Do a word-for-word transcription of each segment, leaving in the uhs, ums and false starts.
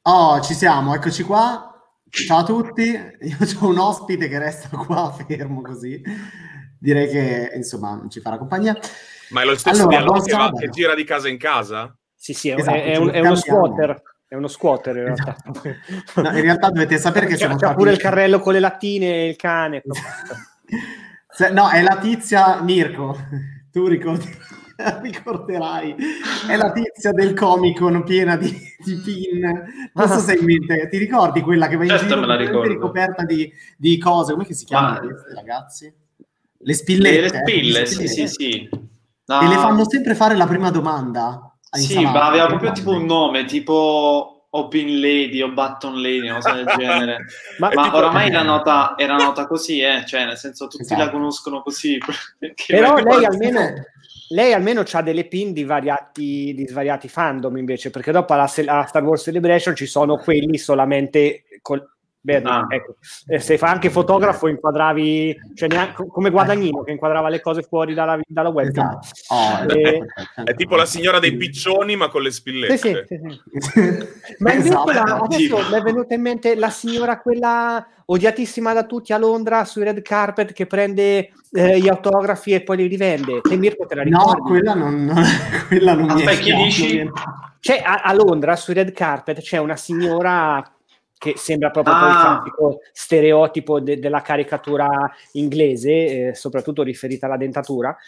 Oh, ci siamo, eccoci qua. Ciao a tutti. Io ho un ospite che resta qua fermo così. Direi che, insomma, ci farà compagnia. Ma è lo stesso Allora, dialogo buon che, va, sabato. che gira di casa in casa? Sì, sì, è, Esatto, è, ce un, lo è uno scambiamo. squatter. È uno squatter in realtà. No, in realtà dovete sapere che c'ha, siamo c'ha stati... pure il carrello con le lattine e il cane. Se- No, è la tizia, Mirko, tu ricordi, ricorderai, è la tizia del Comic-Con piena di, di pin. Non so se hai in mente, ti ricordi quella che va in Certo, giro me la completamente ricordo. ricoperta di, di cose, come che si chiamano Ma- queste, ragazzi? Le Le, spillette. le eh, spille, le sì, spillette. sì, sì. E le Ah, fanno sempre fare la prima domanda. a sì, Insalata, ma aveva ti proprio ricordi? tipo un nome, tipo Open Lady o Button Lady, una cosa del genere. Ma- È Ma tipo- oramai era nota, era nota così, eh? Cioè, nel senso, tutti la Esatto. conoscono così. perché Però vai- lei almeno, lei almeno ha delle pin di variati, di svariati fandom invece, perché dopo alla, ce- alla Star Wars Celebration ci sono quelli solamente col... Bernie, Ah. ecco. Eh, se fa anche fotografo inquadravi, cioè neanche, come Guadagnino che inquadrava le cose fuori dalla, dalla webcam. Esatto. Oh, Eh, È tipo la signora dei piccioni, ma con le Sì, spillette. sì, sì, sì. Ma invece Esatto. la- adesso Tipo. mi è venuta in mente la signora, quella odiatissima da tutti a Londra sui red carpet, che prende eh, gli autografi e poi li rivende. Te Mirko te la ricordi? No, quella non, non, quella non mi è Aspetta, chi chiaro, dici? non mi è- C'è a, a Londra sui red carpet c'è una signora che sembra proprio Ah. quel classico stereotipo de- della caricatura inglese, eh, soprattutto riferita alla dentatura,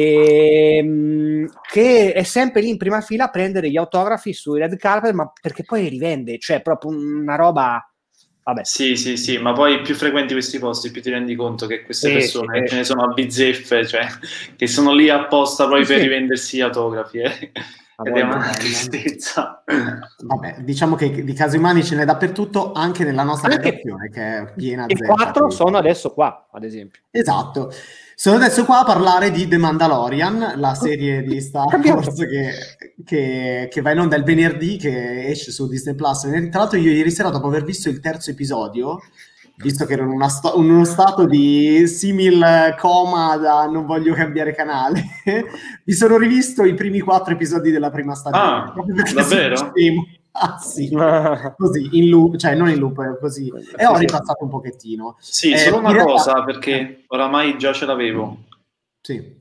ehm, che è sempre lì in prima fila a prendere gli autografi sui red carpet, ma perché poi li rivende, cioè proprio una roba. Vabbè. Sì, sì, sì, ma poi più frequenti questi posti, più ti rendi conto che queste Sì, persone, sì, che sì. ce ne sono a bizzeffe, cioè, che sono lì apposta proprio Sì, per sì. rivendersi gli autografi, eh. Ma Ed è voglio- una tristezza. Vabbè, diciamo che di casi umani ce n'è dappertutto, anche nella nostra Anche- redazione, che è piena E zeppa quattro di- sono adesso qua, ad esempio. Esatto. Sono adesso qua a parlare di The Mandalorian, la serie di Star Cambiato. Wars che, che, che va in onda il venerdì, che esce su Disney Plus. Tra l'altro io ieri sera, dopo aver visto il terzo episodio, visto che ero in, una sto- in uno stato di simil coma da non voglio cambiare canale, mi sono rivisto i primi quattro episodi della prima stagione. Ah, proprio perché davvero? sono scemo. Ah sì, così, in loop, cioè non in loop, così. E Sì, ho sì. ripassato un pochettino. Sì, Eh, solo in una realtà- cosa, perché oramai già ce l'avevo. Sì.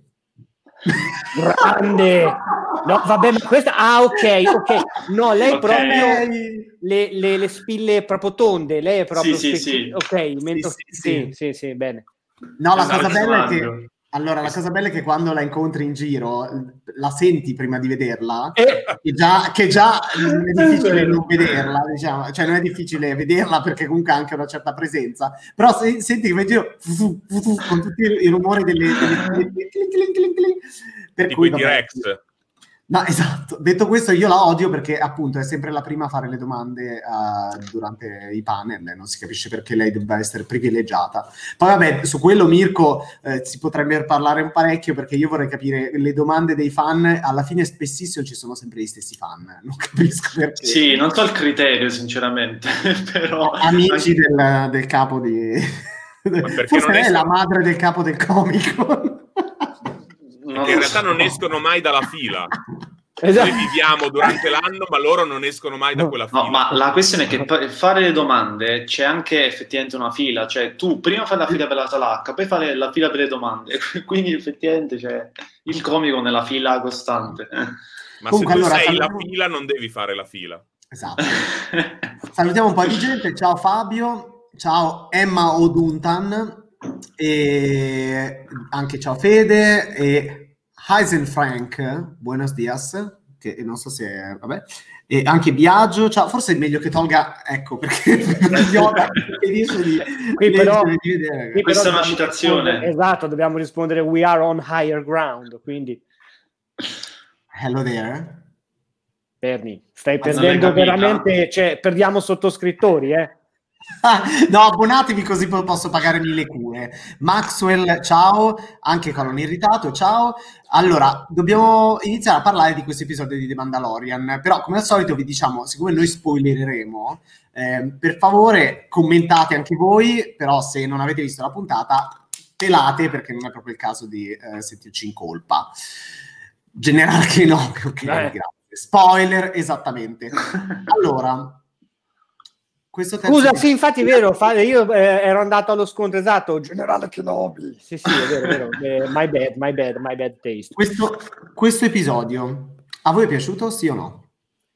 Grande! No, vabbè, ma questa... Ah, ok, ok. No, lei Ok. proprio... Le, le, le spille proprio tonde, lei è proprio... Sì, sì, speci- sì. Ok, mento... sì, sì, sì. sì, sì, bene. No, la Esatto, cosa bella è che personaggio. allora la cosa bella è che quando la incontri in giro la senti prima di vederla, E... che già, che già non è difficile vero. non vederla, diciamo, cioè non è difficile vederla perché comunque ha anche una certa presenza, però se, senti che vai in giro fu, fu, fu, con tutti i rumori delle, delle clink, clink, clink, clink, clink. Per Tipo cui, i vabbè, T-Rex. No, esatto. Detto questo, io la odio perché appunto è sempre la prima a fare le domande uh, durante i panel, non si capisce perché lei debba essere privilegiata. Poi vabbè, su quello Mirko eh, si potrebbe parlare un parecchio perché io vorrei capire le domande dei fan, alla fine spessissimo ci sono sempre gli stessi fan, non capisco perché. Sì, non so il criterio sinceramente, però... Amici anche- del, del capo di... perché Forse non lei è escono- la madre del capo del Comic-Con. non Che in lo realtà so. non escono mai dalla fila. Esatto. Noi viviamo durante l'anno, ma loro non escono mai da quella fila. No, ma la questione è che per fare le domande c'è anche effettivamente una fila, cioè tu prima fai la fila per la talacca, poi fai la fila per le domande, quindi effettivamente c'è il comico nella fila costante. Ma Comunque, se tu allora, sei la salutiamo- fila, non devi fare la fila. Esatto. Salutiamo un po' di gente. Ciao Fabio, ciao Emma Oduntan e anche ciao Fede e Heisen Frank, buenos dias, che non so se vabbè, e anche Biagio, ciao, forse è meglio che tolga, ecco, perché idiota che dice di Qui però, leggere, di vedere. qui Questa però è una dobbiamo citazione. rispondere- esatto, dobbiamo rispondere we are on higher ground, quindi Hello there. Berni, stai Ma non perdendo l'hai capita? veramente, cioè perdiamo sottoscrittori, eh. Ah, no, abbonatevi così poi posso pagarmi le cure. Maxwell, ciao, anche Colon Irritato, ciao. Allora, dobbiamo iniziare a parlare di questo episodio di The Mandalorian, però come al solito vi diciamo, siccome noi spoilereremo, eh, per favore commentate anche voi, però se non avete visto la puntata, pelate perché non è proprio il caso di eh, sentirci in colpa. Generale che no, ok, Eh. grazie. Spoiler, esattamente. Allora... questo terzo Scusa, episodio... sì, infatti è vero, fa, io eh, ero andato allo scontro esatto, Generale Kenobi. Sì, sì, è vero, è vero. Eh, my bad, my bad, my bad taste. Questo, questo episodio a voi è piaciuto, sì o no?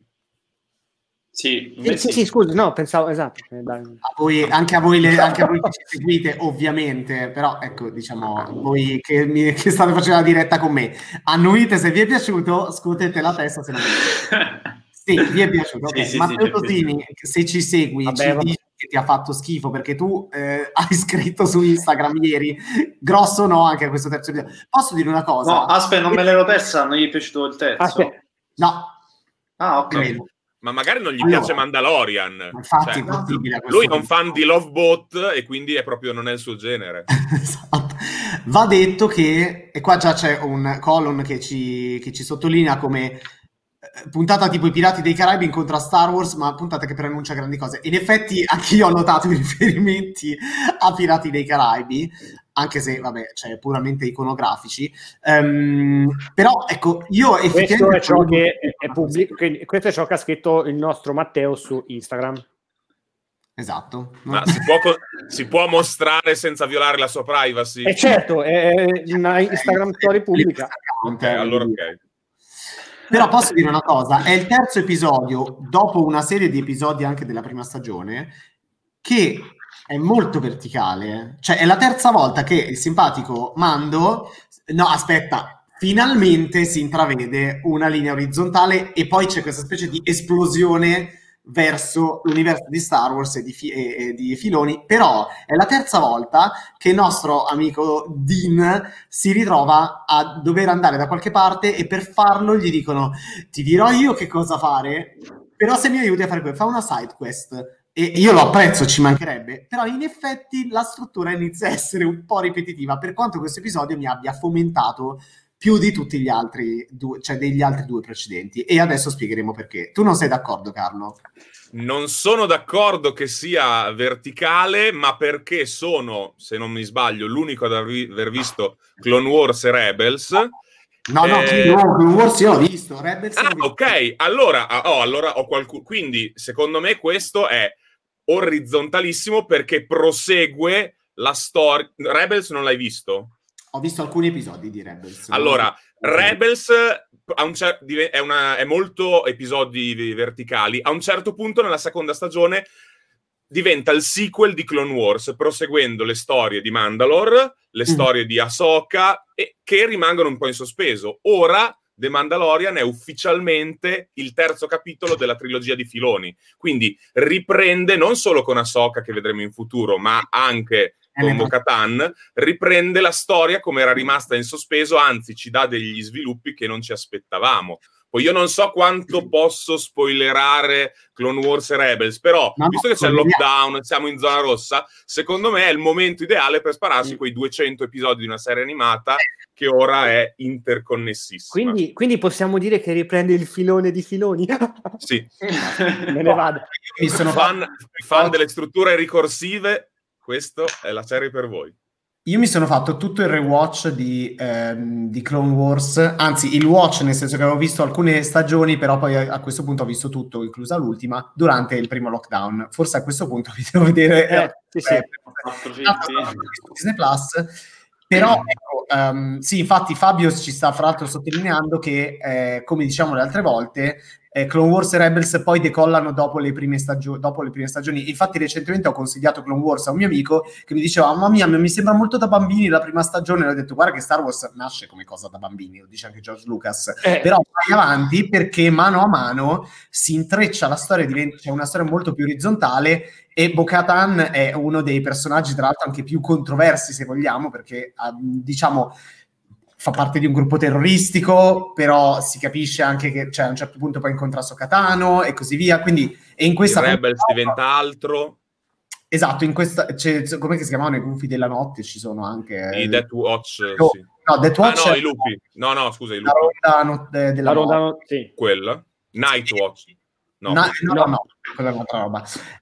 Sì, Sì, sì, sì, scusa, no, pensavo, esatto. Eh, a voi, anche, a voi le, anche a voi che ci seguite, ovviamente, però ecco, diciamo, voi che, mi, che state facendo la diretta con me, annuite se vi è piaciuto, scuotete la testa se non vi è piaciuto. Sì, vi è piaciuto, ok. Sì, sì, Matteo sì, Tosini, se ci segui, Vabbè, ci vabbè. dici che ti ha fatto schifo, perché tu eh, hai scritto su Instagram ieri, grosso no, anche a questo terzo video. Posso dire una cosa? No, aspetta, non me l'ero persa, non gli è piaciuto il terzo? Aspetta. No. Ah, ok. Credo. Ma magari non gli Allora, piace Mandalorian. infatti Cioè, è possibile a questo lui è un punto. fan di Love Boat e quindi è proprio non è il suo genere. Esatto. Va detto che, e qua già c'è un colon che ci, che ci sottolinea come eh, puntata tipo i Pirati dei Caraibi incontra Star Wars, ma puntata che preannuncia grandi cose. In effetti anch'io ho notato i riferimenti a Pirati dei Caraibi, anche se, vabbè, cioè puramente iconografici. Um, però, ecco, io Questo effettivamente... è ciò che è pubblico, quindi questo è ciò che ha scritto il nostro Matteo su Instagram. Esatto. Ma si può, co- si può mostrare senza violare la sua privacy? E certo, è una Instagram story pubblica. Ok, allora ok. Però posso dire una cosa, è il terzo episodio, dopo una serie di episodi anche della prima stagione, che è molto verticale. Cioè, è la terza volta che il simpatico Mando... No, aspetta, finalmente si intravede una linea orizzontale e poi c'è questa specie di esplosione verso l'universo di Star Wars e di, fi- e, e di Filoni, però è la terza volta che il nostro amico Dean si ritrova a dover andare da qualche parte e per farlo gli dicono ti dirò io che cosa fare, però se mi aiuti a fare questo, fa una side quest. E io lo apprezzo, ci mancherebbe, però in effetti la struttura inizia a essere un po' ripetitiva, per quanto questo episodio mi abbia fomentato più di tutti gli altri due, cioè degli altri due precedenti, e adesso spiegheremo perché. Tu non sei d'accordo, Carlo? Non sono d'accordo che sia verticale, ma perché sono, se non mi sbaglio, l'unico ad aver visto Clone Wars e Rebels. No, no, Eh, no, Clone Wars io l'ho visto, Rebels Ah, l'ho visto. ok, allora, oh, allora ho qualcuno. Quindi, secondo me, questo è orizzontalissimo perché prosegue la storia. Rebels non l'hai visto? Ho visto alcuni episodi di Rebels. Allora, no? Rebels a un cer- è, una, è molto episodi verticali. A un certo punto, nella seconda stagione, diventa il sequel di Clone Wars, proseguendo le storie di Mandalore, le Mm. storie di Ahsoka, e che rimangono un po' in sospeso. Ora The Mandalorian è ufficialmente il terzo capitolo della trilogia di Filoni, quindi riprende non solo con Ahsoka, che vedremo in futuro, ma anche con Bo-Katan, riprende la storia come era rimasta in sospeso, anzi ci dà degli sviluppi che non ci aspettavamo. Poi io non so quanto posso spoilerare Clone Wars e Rebels, però No, visto che c'è il lockdown, siamo in zona rossa, secondo me è il momento ideale per spararsi quei duecento episodi di una serie animata che ora è interconnessissima. Quindi, quindi possiamo dire che riprende il filone di Filoni? Sì. Me ne vado. Mi sono fan, fatto... fan delle strutture ricorsive, questa è la serie per voi. Io mi sono fatto tutto il rewatch di, ehm, di Clone Wars, anzi il watch, nel senso che avevo visto alcune stagioni, però poi a, a questo punto ho visto tutto, inclusa l'ultima, durante il primo lockdown. Forse a questo punto vi devo vedere Eh, sì, sì. eh, Disney Plus. Però ecco, um, sì, infatti Fabio ci sta fra l'altro sottolineando che, eh, come diciamo le altre volte, eh, Clone Wars e Rebels poi decollano dopo le prime stagio- dopo le prime stagioni. Infatti recentemente ho consigliato Clone Wars a un mio amico che mi diceva mamma mia, mi sembra molto da bambini la prima stagione, e ho detto guarda che Star Wars nasce come cosa da bambini, lo dice anche George Lucas, Eh. però vai avanti perché mano a mano si intreccia la storia, diventa, c'è una storia molto più orizzontale. E Bo-Katan è uno dei personaggi, tra l'altro, anche più controversi, se vogliamo, perché, diciamo, fa parte di un gruppo terroristico, però si capisce anche che, cioè, a un certo punto poi incontra Sokatano e così via, quindi... E in questa il Rebels puntata, diventa altro. Esatto, in questa... Come si chiamavano i gufi della notte? Ci sono anche... I Death Watch, no, sì. No, Death Watch Ah, no, è... i lupi. No, no, scusa, i lupi. La ronda no, de, della La ronda notte. no- sì. Quella. Night Watch. No, No, no, no, No. no, quella è un'altra roba.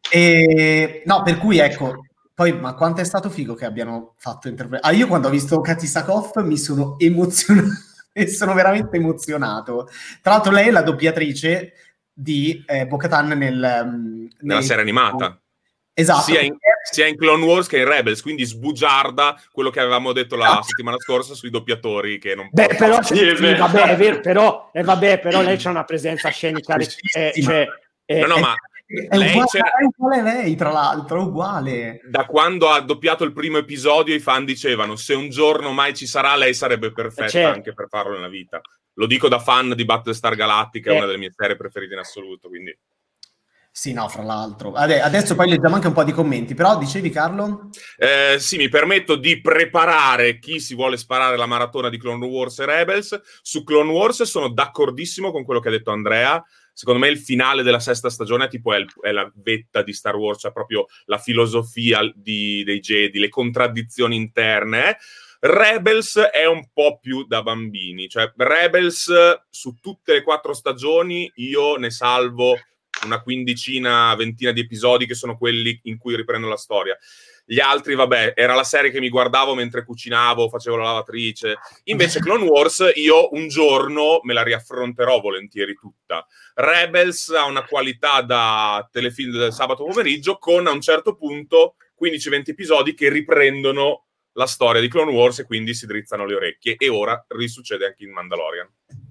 E, no, per cui ecco, poi ma quanto è stato figo che abbiano fatto interpretare. Ah, io quando ho visto Kathy Sackhoff mi sono emozionato e sono veramente emozionato. Tra l'altro lei è la doppiatrice di eh, Bo-Katan nel, um, nella nei- serie animata. Esatto. Sia in, sia in Clone Wars che in Rebels, quindi sbugiarda quello che avevamo detto la settimana scorsa sui doppiatori che non Beh, però, sì, sì, è vero. vabbè, è vero, però, eh, vabbè, però lei c'ha una presenza scenica, eh, cioè, eh, no, no, eh, ma è lei uguale, c'era- è uguale lei, tra l'altro, è uguale. da quando ha doppiato il primo episodio i fan dicevano se un giorno mai ci sarà lei sarebbe perfetta certo. anche per farlo nella vita. Lo dico da fan di Battlestar Galactica, è Eh. una delle mie serie preferite in assoluto, quindi... Sì, no, fra l'altro. Ade- Adesso poi leggiamo anche un po' di commenti, però dicevi, Carlo? Eh, sì, mi permetto di preparare chi si vuole sparare la maratona di Clone Wars e Rebels. Su Clone Wars sono d'accordissimo con quello che ha detto Andrea. Secondo me il finale della sesta stagione tipo è, il, è la vetta di Star Wars, cioè proprio la filosofia di, dei Jedi, le contraddizioni interne. Rebels è un po' più da bambini, cioè Rebels su tutte le quattro stagioni io ne salvo una quindicina, ventina di episodi che sono quelli in cui riprendo la storia. Gli altri, vabbè, era la serie che mi guardavo mentre cucinavo, facevo la lavatrice. Invece Clone Wars io un giorno me la riaffronterò volentieri tutta. Rebels ha una qualità da telefilm del sabato pomeriggio con a un certo punto quindici venti episodi che riprendono la storia di Clone Wars e quindi si drizzano le orecchie. E ora risuccede anche in Mandalorian.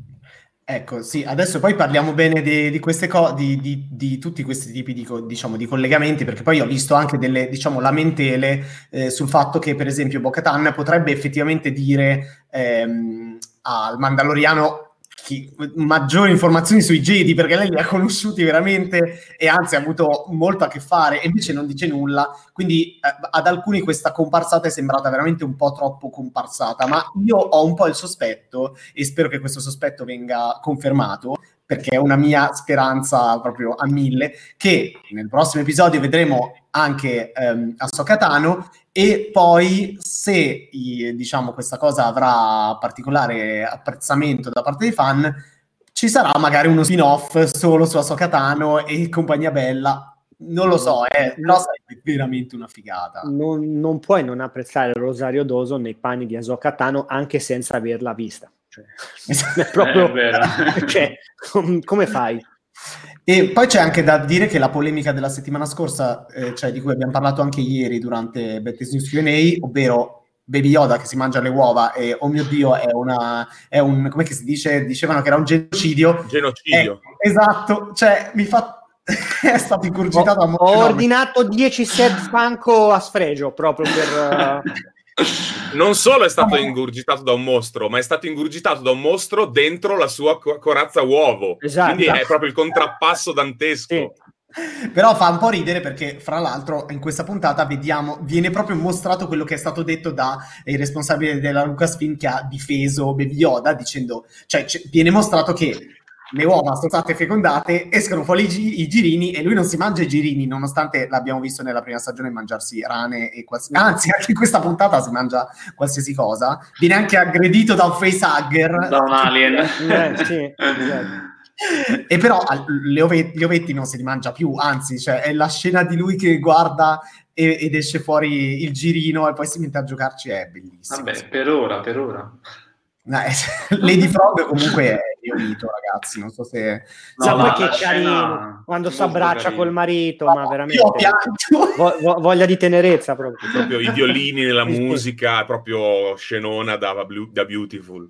Ecco, sì, adesso poi parliamo bene di, di queste cose, di, di, di tutti questi tipi di, co- diciamo, di collegamenti, perché poi ho visto anche delle, diciamo, lamentele eh, sul fatto che, per esempio, Bo-Katan potrebbe effettivamente dire ehm, al Mandaloriano chi, maggiori informazioni sui Jedi, perché lei li ha conosciuti veramente e anzi ha avuto molto a che fare, e invece non dice nulla, quindi eh, ad alcuni questa comparsata è sembrata veramente un po' troppo comparsata, ma io ho un po' il sospetto, e spero che questo sospetto venga confermato, perché è una mia speranza proprio a mille, che nel prossimo episodio vedremo anche ehm, Ahsoka Tano, e poi se i, diciamo questa cosa avrà particolare apprezzamento da parte dei fan, ci sarà magari uno spin-off solo su Ahsoka Tano e compagnia bella. Non lo so, eh, però sarebbe veramente una figata. Non, non puoi non apprezzare Rosario Dawson nei panni di Ahsoka Tano anche senza averla vista. Cioè, è proprio, è vero. Cioè, com- come fai? E poi c'è anche da dire che la polemica della settimana scorsa, eh, cioè di cui abbiamo parlato anche ieri durante Betty's News Q and A, ovvero Baby Yoda che si mangia le uova e oh mio Dio è una è un come che si dice, dicevano che era un genocidio. Genocidio. Eh, esatto, cioè mi fa è stato incurgitato ho, a ho ordinato dieci set Funko a sfregio proprio per uh... Non solo è stato ingurgitato da un mostro, ma è stato ingurgitato da un mostro dentro la sua co- corazza uovo. Esatto. Quindi è proprio il contrappasso dantesco. Sì. Però fa un po' ridere perché, fra l'altro, in questa puntata vediamo, viene proprio mostrato quello che è stato detto dai responsabili della Lucasfilm che ha difeso Baby Yoda, dicendo, cioè c- viene mostrato che le uova sono state fecondate, escono fuori i, gi- i girini e lui non si mangia i girini, nonostante l'abbiamo visto nella prima stagione mangiarsi rane e qualsiasi... Anzi, anche in questa puntata si mangia qualsiasi cosa. Viene anche aggredito da un facehugger. Da un alien. Eh, sì, esatto. E però al- le ove- gli ovetti non se li mangia più, anzi, cioè, è la scena di lui che guarda e- ed esce fuori il girino e poi si mette a giocarci, è bellissimo. Vabbè, per ora, per ora. No, eh, Lady Frog comunque è io mito, ragazzi, non so se... No, Sa la- poi che la carino scena quando si molto abbraccia carina. col marito, ma veramente Io ho pianto. vo- vo- voglia di tenerezza proprio. Proprio i violini nella Sì, sì. musica, proprio scenona da, da Beautiful.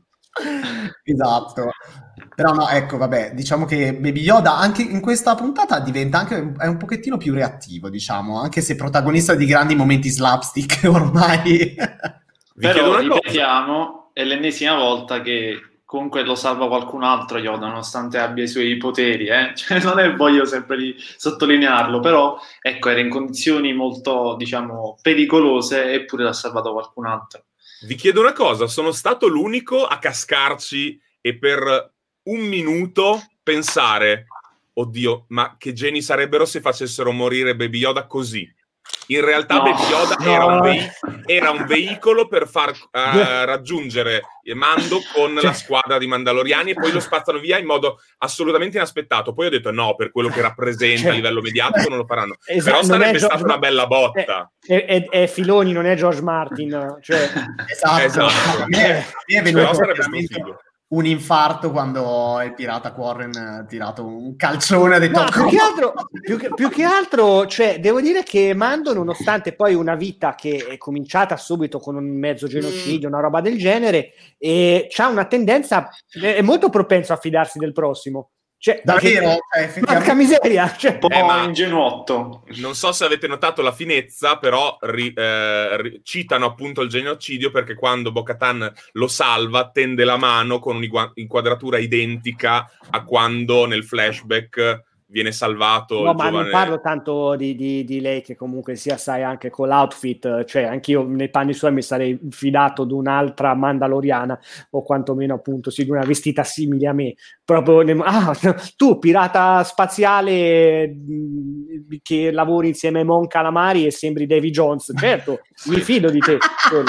Esatto. Però no, ecco, vabbè, diciamo che Baby Yoda anche in questa puntata diventa anche è un pochettino più reattivo, diciamo, anche se protagonista di grandi momenti slapstick ormai. Vi chiedo Però una cosa. ripetiamo, è l'ennesima volta che comunque lo salva qualcun altro Yoda, nonostante abbia i suoi poteri, eh? Cioè, non è voglio sempre di sottolinearlo, però ecco, era in condizioni molto, diciamo, pericolose eppure l'ha salvato qualcun altro. Vi chiedo una cosa, sono stato l'unico a cascarci e per un minuto pensare, oddio, ma che geni sarebbero se facessero morire Baby Yoda così? In realtà No, Baby Yoda no. era, un vei- era un veicolo per far eh, raggiungere Mando con Cioè. la squadra di Mandaloriani e poi lo spazzano via in modo assolutamente inaspettato. Poi ho detto no, per quello che rappresenta Cioè. a livello mediatico non lo faranno. Esatto, Però non sarebbe è stata George una Ma- bella botta. È, è- è Filoni, non è George Martin. Cioè, Esatto. Esatto. A me- a me è venuto Però sarebbe stato veramente- figo. un infarto quando il pirata Quarren ha tirato un calcione, ha detto no, più che altro, più che, più che altro cioè, devo dire che Mando, nonostante poi una vita che è cominciata subito con un mezzo genocidio, una roba del genere, e c'ha una tendenza, è molto propenso a fidarsi del prossimo. Cioè, davvero, cioè, porca miseria, cioè. Un po' eh, ingenuotto. Non so se avete notato la finezza, però ri, eh, ri, citano appunto il genocidio, perché quando Bo-Katan lo salva tende la mano con un'inquadratura identica a quando nel flashback viene salvato no, il ma giovane... non parlo tanto di, di, di lei, che comunque sia, sai, anche con l'outfit, cioè anch'io nei panni suoi mi sarei fidato di un'altra mandaloriana, o quantomeno appunto sì, di una vestita simile a me, proprio, ah, tu pirata spaziale mh, che lavori insieme a Mon Calamari e sembri Davy Jones, certo, mi fido di te.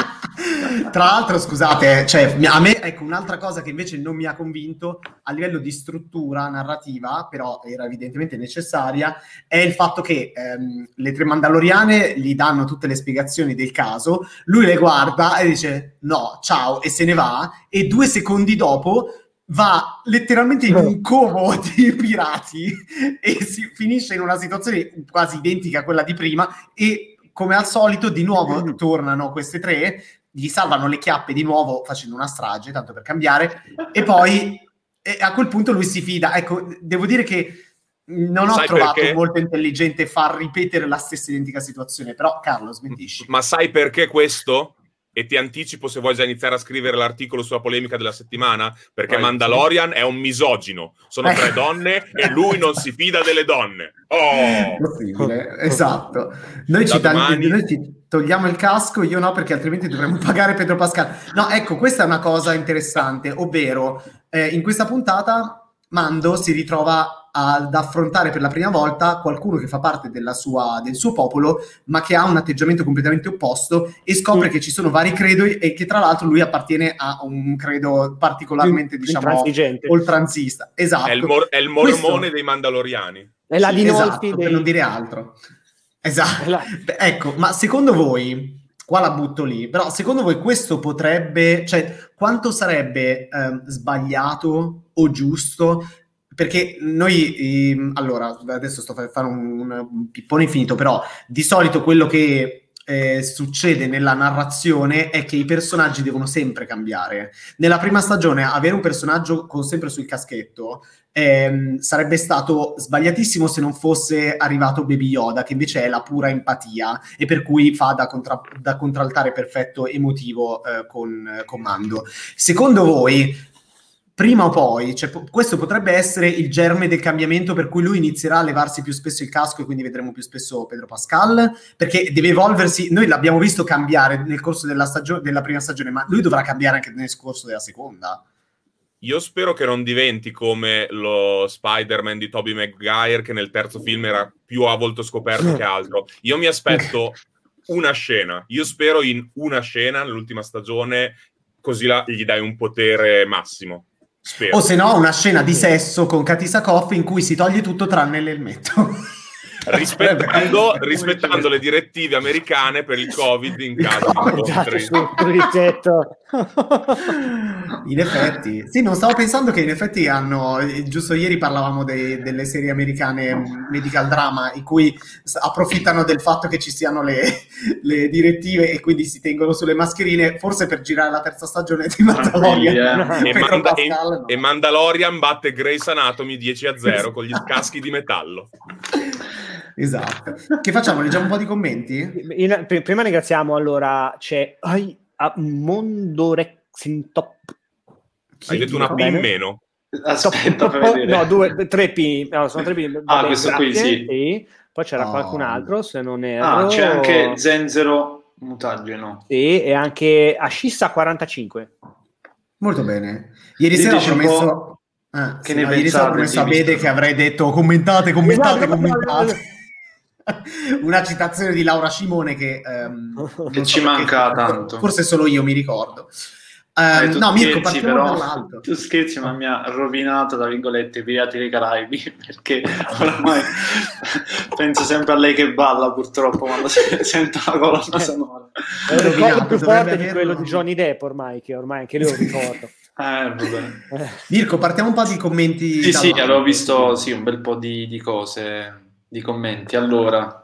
Tra l'altro, scusate, cioè, a me, ecco, un'altra cosa che invece non mi ha convinto a livello di struttura narrativa, però era evidentemente necessaria, è il fatto che ehm, le tre mandaloriane gli danno tutte le spiegazioni del caso, lui le guarda e dice no, ciao, e se ne va, e due secondi dopo va letteralmente in un covo di pirati e si finisce in una situazione quasi identica a quella di prima, e come al solito di nuovo tornano queste tre, gli salvano le chiappe di nuovo facendo una strage, tanto per cambiare, e poi e a quel punto lui si fida. Ecco, devo dire che non ho sai trovato perché? molto intelligente far ripetere la stessa identica situazione, però Carlo, smentisci. Ma sai perché questo? E ti anticipo, se vuoi già iniziare a scrivere l'articolo sulla polemica della settimana, perché Vai, Mandalorian sì. è un misogino, sono tre donne e lui non si fida delle donne. Oh! Possibile, esatto. Noi ci, domani... noi ci togliamo il casco, io no, perché altrimenti dovremmo pagare Pedro Pascal. No, ecco, questa è una cosa interessante, ovvero eh, in questa puntata Mando si ritrova ad affrontare per la prima volta qualcuno che fa parte della sua, del suo popolo, ma che ha un atteggiamento completamente opposto, e scopre mm. che ci sono vari credo e che tra l'altro lui appartiene a un credo particolarmente, diciamo, oltranzista. Esatto. È il, mor- è il mormone Questo... dei Mandaloriani. È la sì, esatto, dei... per non dire altro. Esatto. La... Beh, ecco, ma secondo voi, qua la butto lì, però secondo voi questo potrebbe, cioè quanto sarebbe eh, sbagliato o giusto? Perché noi, ehm, allora, adesso sto a fare un, un pippone infinito, però di solito quello che eh, succede nella narrazione è che i personaggi devono sempre cambiare. Nella prima stagione avere un personaggio con sempre sul caschetto ehm, sarebbe stato sbagliatissimo se non fosse arrivato Baby Yoda, che invece è la pura empatia e per cui fa da, contra- da contraltare perfetto emotivo eh, con, con Mando. Secondo voi, prima o poi, cioè, po- questo potrebbe essere il germe del cambiamento per cui lui inizierà a levarsi più spesso il casco e quindi vedremo più spesso Pedro Pascal, perché deve evolversi. Noi l'abbiamo visto cambiare nel corso della, stagio- della prima stagione, ma lui dovrà cambiare anche nel corso della seconda. Io spero che non diventi come lo Spider-Man di Tobey Maguire, che nel terzo film era più a volto scoperto che altro. Io mi aspetto una scena, io spero in una scena nell'ultima stagione, così la- gli dai un potere massimo. Spero. O se no una scena di sesso con Katy Sackhoff in cui si toglie tutto tranne l'elmetto. Rispettando, rispettando le direttive americane per il Covid in caso di incontri. In effetti, sì, non stavo pensando che in effetti hanno, giusto ieri parlavamo dei, delle serie americane medical drama in cui approfittano del fatto che ci siano le, le direttive e quindi si tengono sulle mascherine, forse per girare la terza stagione di Mandalorian. E, Manda- Pascal, no. e Mandalorian batte Grey's Anatomy dieci a zero con gli caschi di metallo. Esatto. Che facciamo? Leggiamo un po' di commenti? In, pr- prima ringraziamo, allora c'è ai, a Mondorexintop. Hai detto una P in meno? Aspetta, per vedere. No, due, tre P. No, sono tre P. Vabbè, ah, questo grazie, qui sì. sì. Poi c'era oh. qualcun altro, se non erro. Ah, c'è anche Zenzero Mutageno. Sì, e anche Ashissa quarantacinque. Molto bene. Ieri sera ho promesso... Ah, che sì, ne no, ieri sera ho promesso a Bede che avrei detto commentate, commentate, commentate. Una citazione di Laura Scimone che, um, che ci so manca perché, tanto. Forse solo io mi ricordo. Um, eh, no, Mirko, scherzi, partiamo però, dall'alto. Tu scherzi, ma mi ha rovinato, tra virgolette, i Pirati dei Caraibi, perché ormai penso sempre a lei che balla, purtroppo, quando sento la colonna sonora. È un ricordo più forte di quello di Johnny Depp ormai, che ormai anche lui lo ricordo. vabbè. Mirko, partiamo un po' di commenti. Sì, sì, avevo visto sì, un bel po' di, di cose, di commenti. Allora,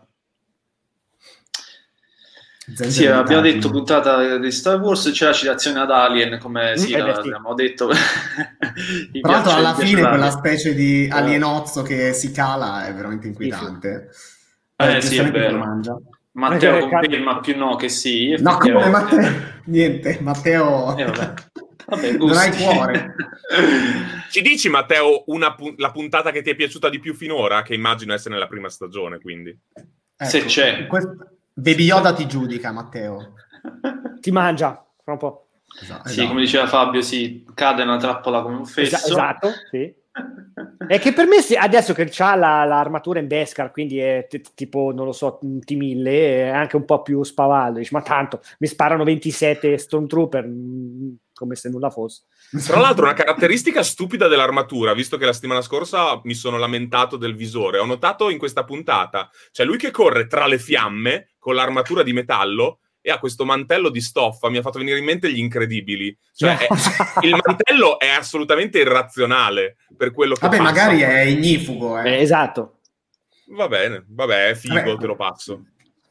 Zenzero sì, abbiamo Vitali. detto puntata di Star Wars, c'è la citazione ad Alien, come sì, Mm, eh beh, la- sì. abbiamo detto. Mi Tra l'altro piace- alla mi piace fine quella l'Alien. specie di Eh. alienozzo che si cala è veramente inquietante. Eh, Eh, sì, è giustamente se lo vero. mangia. Matteo Eh, conferma più no che sì, No, come effettivamente. Matteo? Niente, Matteo Eh, vabbè. Vabbè, non hai gusti. cuore. Ci dici, Matteo, una pu- la puntata che ti è piaciuta di più finora? Che immagino essere nella prima stagione, quindi. Se Ecco, c'è. quest- Baby Yoda ti giudica, Matteo. Ti mangia fra un po'. Esatto, Sì, esatto. come diceva Fabio, sì, cade nella trappola come un fesso. Esa- esatto, sì. È che per me sì, adesso che c'ha la, l'armatura in Beskar, quindi è t- tipo, non lo so, un T mille, è anche un po' più spavaldo. Dici, ma tanto mi sparano ventisette Stormtrooper, mh, come se nulla fosse. Tra l'altro, una caratteristica stupida dell'armatura, visto che la settimana scorsa mi sono lamentato del visore, ho notato in questa puntata, cioè lui che corre tra le fiamme con l'armatura di metallo e ha questo mantello di stoffa, mi ha fatto venire in mente Gli Incredibili. Cioè, è- il mantello è assolutamente irrazionale per quello che Vabbè, passa. magari è ignifugo, eh. Eh, esatto. Va bene, vabbè, è figo, Vabbè. te lo passo.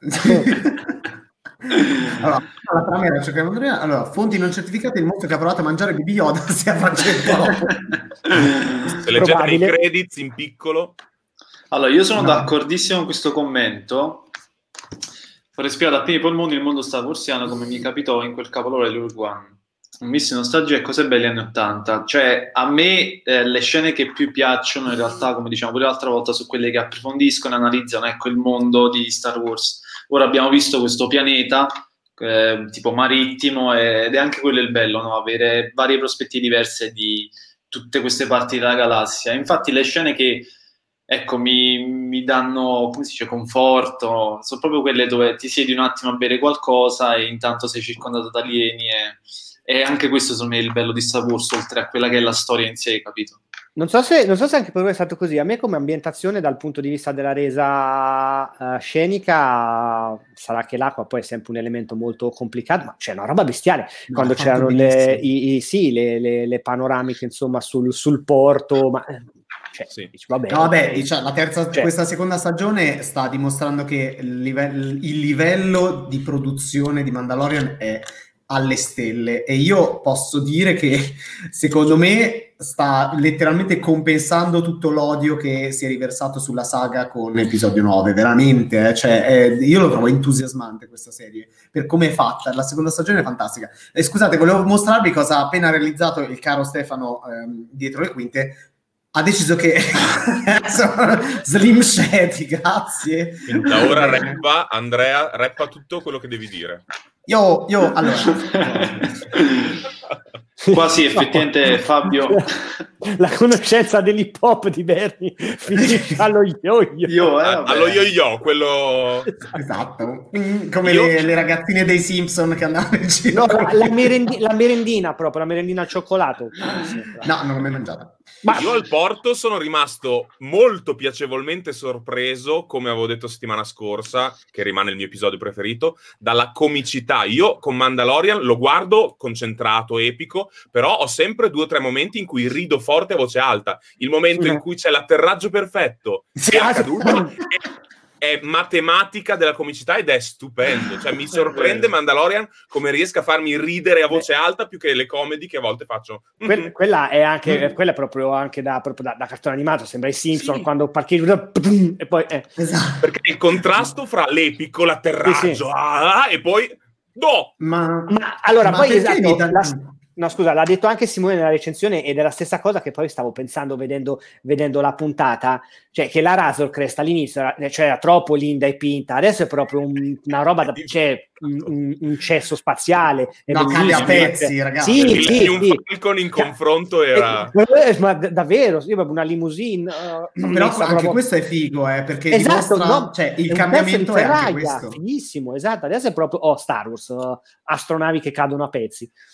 Allora, la trama era cercare di andare- allora, fonti non certificate, il mostro che ha provato a mangiare Baby Yoda stia facendo Se leggete Probabile. i credits in piccolo. Allora, io sono No. d'accordissimo con questo commento. Respirato a pieni polmoni il mondo Star Warsiano come mi capitò in quel capolavoro di Rogue One. Un misto di nostalgia e cose belle anni ottanta. Cioè, a me eh, le scene che più piacciono, in realtà, come diciamo pure l'altra volta, sono quelle che approfondiscono e analizzano, ecco, il mondo di Star Wars. Ora abbiamo visto questo pianeta eh, tipo marittimo ed è anche quello il bello, no? Avere varie prospettive diverse di tutte queste parti della galassia. Infatti le scene che ecco, mi, mi danno, come si dice, conforto, sono proprio quelle dove ti siedi un attimo a bere qualcosa e intanto sei circondato da alieni e, e anche questo secondo me è il bello di Star Wars, oltre a quella che è la storia in sé, capito? Non so, se, non so se anche per voi è stato così. A me come ambientazione dal punto di vista della resa uh, scenica, sarà che l'acqua poi è sempre un elemento molto complicato, ma c'è una roba bestiale. No, Quando fatto c'erano le, benissimo. i, i, sì, le, le, le panoramiche insomma sul, sul porto, ma cioè, Sì. dici, vabbè, No, vabbè, ok. diciamo, la terza, Cioè- questa seconda stagione sta dimostrando che il livello, il livello di produzione di Mandalorian è alle stelle e io posso dire che secondo me sta letteralmente compensando tutto l'odio che si è riversato sulla saga con episodio nove, veramente, eh, cioè, è- io lo trovo entusiasmante questa serie, per come è fatta, la seconda stagione è fantastica. E scusate, volevo mostrarvi cosa ha appena realizzato il caro Stefano ehm, dietro le quinte. Ha deciso che Slim Shady, grazie. Quindi da ora rappa, Andrea, rappa tutto quello che devi dire. Io, io allora, Qua sì, effettivamente Fabio... La conoscenza dell'hip hop di Bernie finisce allo yo-yo. Io, eh, Ah, vabbè. allo yo-yo, quello... esatto, Mm, come Io- le, le ragazzine dei Simpson che andavano in giro. No, la, la, merendi- la merendina proprio, la merendina al cioccolato. No, non l'ho mai mangiata. Ma Io al porto sono rimasto molto piacevolmente sorpreso, come avevo detto settimana scorsa, che rimane il mio episodio preferito, dalla comicità. Io con Mandalorian lo guardo concentrato, epico, però ho sempre due o tre momenti in cui rido forte a voce alta. Il momento in cui c'è l'atterraggio perfetto, Sì, che è ah, accaduto, è, è matematica della comicità ed è stupendo. Cioè mi sorprende Mandalorian come riesca a farmi ridere a voce alta più che le comedy che a volte faccio. Que- quella è anche Mm. quella è proprio anche da, proprio da, da cartone animato, sembra i Simpson Sì. quando parcheggi e poi eh. Esatto. Perché il contrasto fra l'epico, l'atterraggio, Sì, sì. ah, e poi no! Ma, Ma allora ma poi perché esatto, mi dà- la- no scusa, l'ha detto anche Simone nella recensione ed è la stessa cosa che poi stavo pensando vedendo, vedendo la puntata, cioè che la Razor Crest all'inizio era, cioè, era troppo linda e pinta, adesso è proprio un- una roba da, cioè, un, un- un cesso spaziale, è No, cade a bellissima, pezzi, cioè- ragazzi. sì, Il- sì, un sì. Falcon in Cioè, confronto era... eh, ma d- davvero, sì, proprio una limousine uh, Però messa anche proprio- questo è figo, eh, perché Esatto, dimostra, no, cioè, il è un cambiamento pezzo è di anche ferraglia, questo. fighissimo, esatto, adesso è proprio oh, Star Wars, uh, astronavi che cadono a pezzi.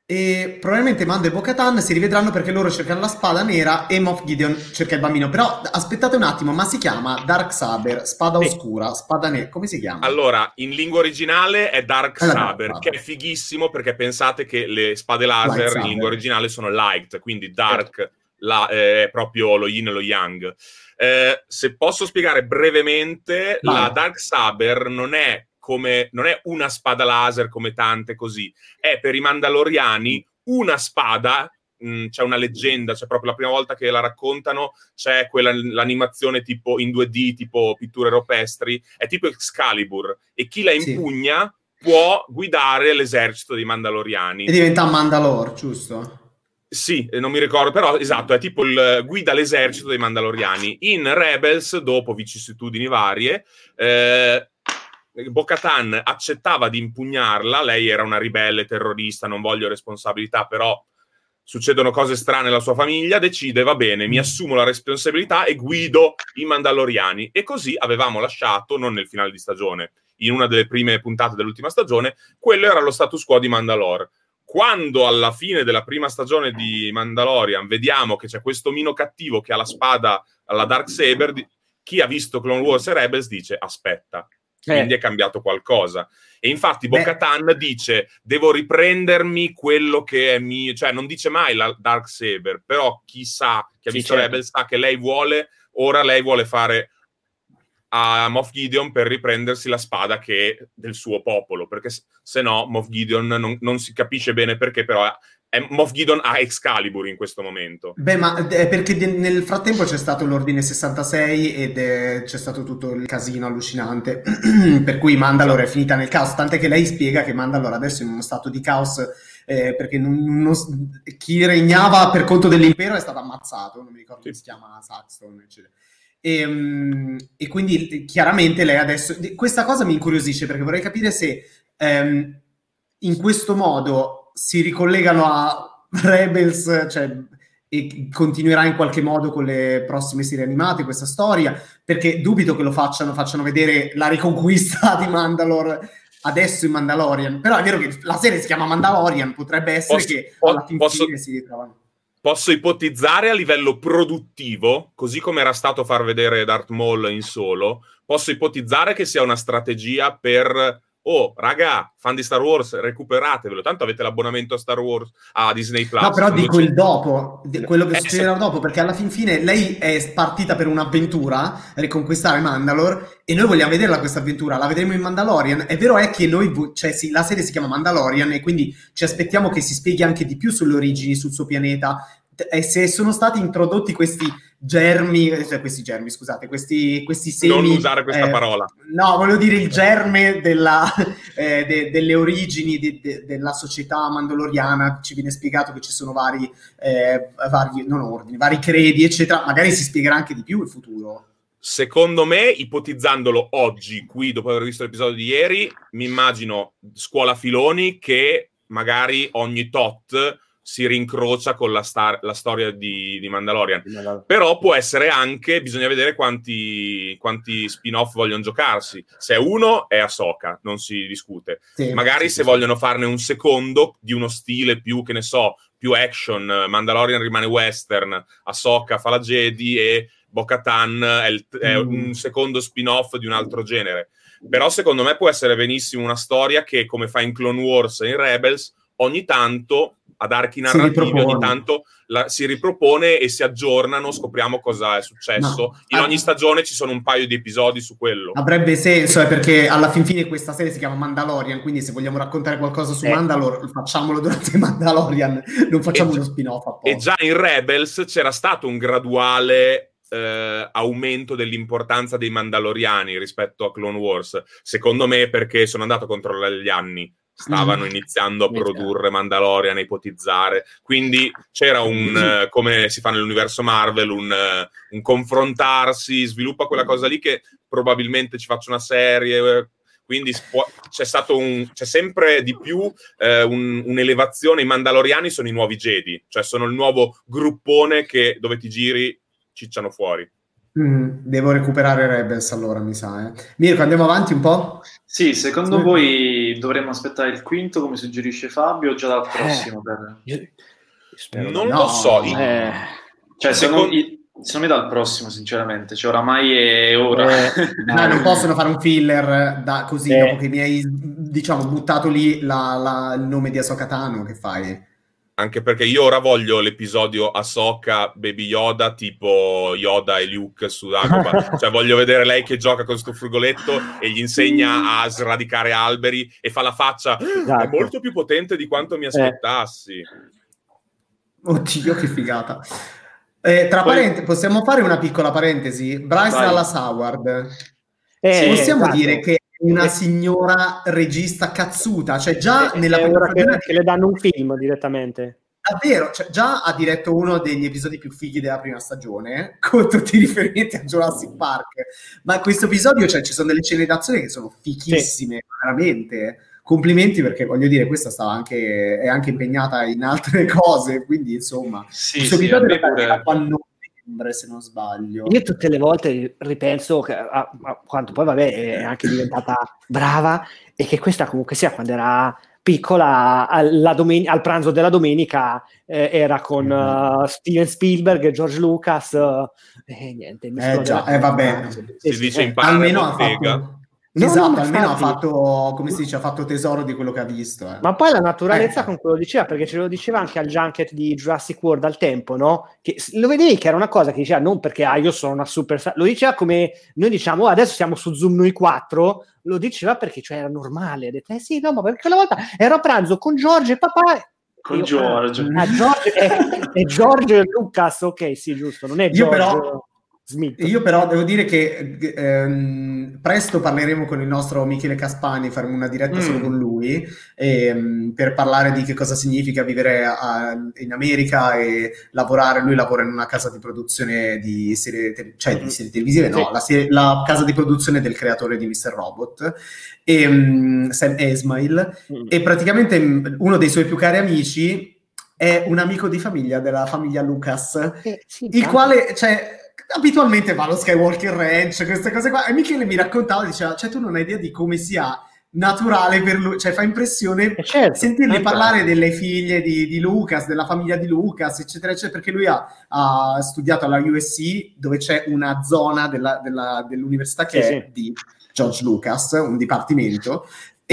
E probabilmente Mando e Bo-Katan si rivedranno perché loro cercano la spada nera e Moff Gideon cerca il bambino. Però aspettate un attimo, ma si chiama Darksaber, spada Sì. oscura, spada nera, come si chiama? Allora, in lingua originale è Dark È la Saber, Dark che Saber. è fighissimo perché pensate che le spade laser Lightsaber. in lingua originale sono light, quindi dark la- eh, è proprio lo yin e lo yang. Eh, se posso spiegare brevemente, Vai. la Dark Saber non è come non è una spada laser come tante così, è per i Mandaloriani una spada. Mh, c'è una leggenda, c'è proprio la prima volta che la raccontano, c'è quella l'animazione tipo in due D, tipo pitture rupestri, è tipo Excalibur, e chi la Sì. impugna può guidare l'esercito dei Mandaloriani. E diventa Mandalore, giusto? Sì, eh, non mi ricordo, però esatto, è tipo il guida l'esercito dei Mandaloriani. In Rebels, dopo vicissitudini varie, eh, Bo-Katan accettava di impugnarla, lei era una ribelle terrorista, non voglio responsabilità, però succedono cose strane alla sua famiglia, decide, va bene, mi assumo la responsabilità e guido i Mandaloriani. E così avevamo lasciato, non nel finale di stagione, in una delle prime puntate dell'ultima stagione, quello era lo status quo di Mandalore. Quando alla fine della prima stagione di Mandalorian vediamo che c'è questo mino cattivo che ha la spada alla Darksaber, chi ha visto Clone Wars e Rebels dice aspetta, quindi Eh. è cambiato qualcosa. E infatti Beh. Bo-Katan dice devo riprendermi quello che è mio, cioè non dice mai la Darksaber, però chi sa, chi ha Sì, visto certo. Rebels sa che lei vuole, ora lei vuole fare a Moff Gideon per riprendersi la spada che è del suo popolo, perché se, se no Moff Gideon non, non si capisce bene perché, però è, è Moff Gideon ha Excalibur in questo momento. Beh, ma è perché de- nel frattempo c'è stato l'Ordine sessantasei ed è- c'è stato tutto il casino allucinante, per cui Mandalore è finita nel caos, tant'è che lei spiega che Mandalore adesso è in uno stato di caos eh, perché non- non- chi regnava per conto dell'impero è stato ammazzato, non mi ricordo come si chiama, Saxton, eccetera. E, mm, e quindi chiaramente lei adesso... Questa cosa mi incuriosisce perché vorrei capire se ehm, in questo modo si ricollegano a Rebels, cioè, e continuerà in qualche modo con le prossime serie animate questa storia, perché dubito che lo facciano, facciano vedere la riconquista di Mandalore adesso in Mandalorian, però è vero che la serie si chiama Mandalorian, potrebbe essere Posso- che po- alla fin posso- fine si ritrovano. Posso ipotizzare a livello produttivo, così come era stato far vedere Darth Maul in Solo, posso ipotizzare che sia una strategia per oh, raga, fan di Star Wars, recuperatevelo, tanto avete l'abbonamento a Star Wars, a Disney Plus. No, però quando dico c'è- il dopo, di- quello che Eh, succederà se- dopo, perché alla fin fine lei è partita per un'avventura, riconquistare Mandalore, e noi vogliamo vederla questa avventura, la vedremo in Mandalorian. È vero è che noi, vo- cioè sì, la serie si chiama Mandalorian e quindi ci aspettiamo che si spieghi anche di più sulle origini, sul suo pianeta, t- e se sono stati introdotti questi germi, eh, cioè questi germi, scusate, questi, questi semi... non usare questa eh, parola. No, voglio dire il germe della, eh, de- delle origini de- de- della società mandaloriana. Ci viene spiegato che ci sono vari, eh, vari, non ordini, vari credi, eccetera. Magari si spiegherà anche di più il futuro. Secondo me, ipotizzandolo oggi, qui, dopo aver visto l'episodio di ieri, mi immagino Scuola Filoni che magari ogni tot si rincrocia con la, star- la storia di, di Mandalorian. Però può essere anche, bisogna vedere quanti, quanti spin-off vogliono giocarsi. Se è uno, è Ahsoka, non si discute. Sì, Magari sì, se sì, vogliono farne un secondo di uno stile più, che ne so, più action, Mandalorian rimane western, Ahsoka fa la Jedi e Bo-Katan è, il, è Mm. un secondo spin-off di un altro genere. Però secondo me può essere benissimo una storia che, come fa in Clone Wars e in Rebels, ogni tanto ad archi Si narrativi, ogni ripropone. tanto la, si ripropone e si aggiornano, scopriamo cosa è successo. No. In Ah. ogni stagione ci sono un paio di episodi su quello. Avrebbe senso, eh, perché alla fin fine questa serie si chiama Mandalorian, quindi se vogliamo raccontare qualcosa su Eh. Mandalore, facciamolo durante Mandalorian, non facciamo E uno gi- spin-off apposta. E già in Rebels c'era stato un graduale eh, aumento dell'importanza dei Mandaloriani rispetto a Clone Wars. Secondo me perché sono andato a controllare gli anni. Stavano Mm. iniziando a Iniziano. produrre Mandalorian, a ipotizzare. Quindi c'era un, eh, come si fa nell'universo Marvel, un, eh, un confrontarsi, sviluppa quella cosa lì che probabilmente ci faccia una serie. eh, Quindi si può- c'è stato un, c'è sempre di più eh, un- un'elevazione. I Mandaloriani sono i nuovi Jedi, cioè sono il nuovo gruppone che dove ti giri cicciano fuori. Mm, devo recuperare Rebels allora, mi sa. Eh. Mirko, andiamo avanti un po'? Sì, secondo Sì. voi dovremmo aspettare il quinto, come suggerisce Fabio, o già dal prossimo? Per... Io- io spero Non no. lo so. I- Eh, Cioè, Secondo- secondo, i- secondo me dal prossimo, sinceramente. Cioè, oramai è ora. eh, Dai, non possono fare un filler da così, Eh. dopo che mi hai, diciamo, buttato lì la- la- il nome di Ahsoka Tano, che fai? Anche perché io ora voglio l'episodio Ahsoka Baby Yoda tipo Yoda e Luke su Dagobah. Cioè voglio vedere lei che gioca con sto frugoletto e gli insegna a sradicare alberi e fa la faccia Esatto. è molto più potente di quanto mi aspettassi. Oddio, che figata. Eh, tra Poi- parentesi, possiamo fare una piccola parentesi? Bryce Vai. Dallas Howard. eh, Possiamo esatto. dire che è una Eh, signora regista cazzuta, cioè già è- nella è prima ora che, stagione che le danno un film direttamente. davvero, cioè, già ha diretto uno degli episodi più fighi della prima stagione, con tutti i riferimenti a Jurassic Park, ma in questo episodio cioè, ci sono delle scene d'azione che sono fichissime, veramente. Complimenti, perché voglio dire, questa stava anche, è anche impegnata in altre cose, quindi insomma, Sì, questo sì, episodio a me era pure- a novembre, se non sbaglio. Io tutte le volte ripenso che- a, a quanto poi vabbè è anche diventata brava e che questa comunque sia quando era piccola alla domen- al pranzo della domenica eh, era con uh, Steven Spielberg e George Lucas eh, e niente mi Eh esplode già, la eh, vabbè. testa. Si Sì, sì, dice eh. imparare Almeno a ha bottega. fatto... No, esatto, no, ma almeno infatti- ha fatto, come si dice, ha fatto tesoro di quello che ha visto. Eh. Ma poi la naturalezza Eh. con cui lo diceva, perché ce lo diceva anche al junket di Jurassic World al tempo, no? Che s- lo vedevi che era una cosa che diceva non perché ah, io sono una super fan, lo diceva come noi diciamo "Oh, adesso siamo su Zoom noi quattro", lo diceva perché cioè era normale, ha detto eh sì, no, ma perché quella volta ero a pranzo con Giorgio e papà Con Io- George. Ah, George è, è George Lucas, ok, sì, giusto, non è Io George però- Smith. Io però devo dire che ehm, presto parleremo con il nostro Michele Caspani, faremo una diretta Mm. solo con lui ehm, per parlare di che cosa significa vivere a- in America e lavorare. Lui lavora in una casa di produzione di serie, te- cioè di Mm. serie televisive, no, Sì. la, serie- la casa di produzione del creatore di mister Robot, e, mm, Sam Esmail, Mm. e praticamente mm, uno dei suoi più cari amici è un amico di famiglia della famiglia Lucas, Eh, sì, il tanto. quale, cioè, abitualmente va allo Skywalker Ranch, queste cose qua, e Michele mi raccontava, diceva, cioè, tu non hai idea di come sia naturale per lui, cioè fa impressione Eh, certo, sentirli certo. parlare delle figlie di, di Lucas, della famiglia di Lucas, eccetera, eccetera, perché lui ha, ha studiato alla U S C, dove c'è una zona della- della- dell'università che Sì, è sì. di George Lucas, un dipartimento,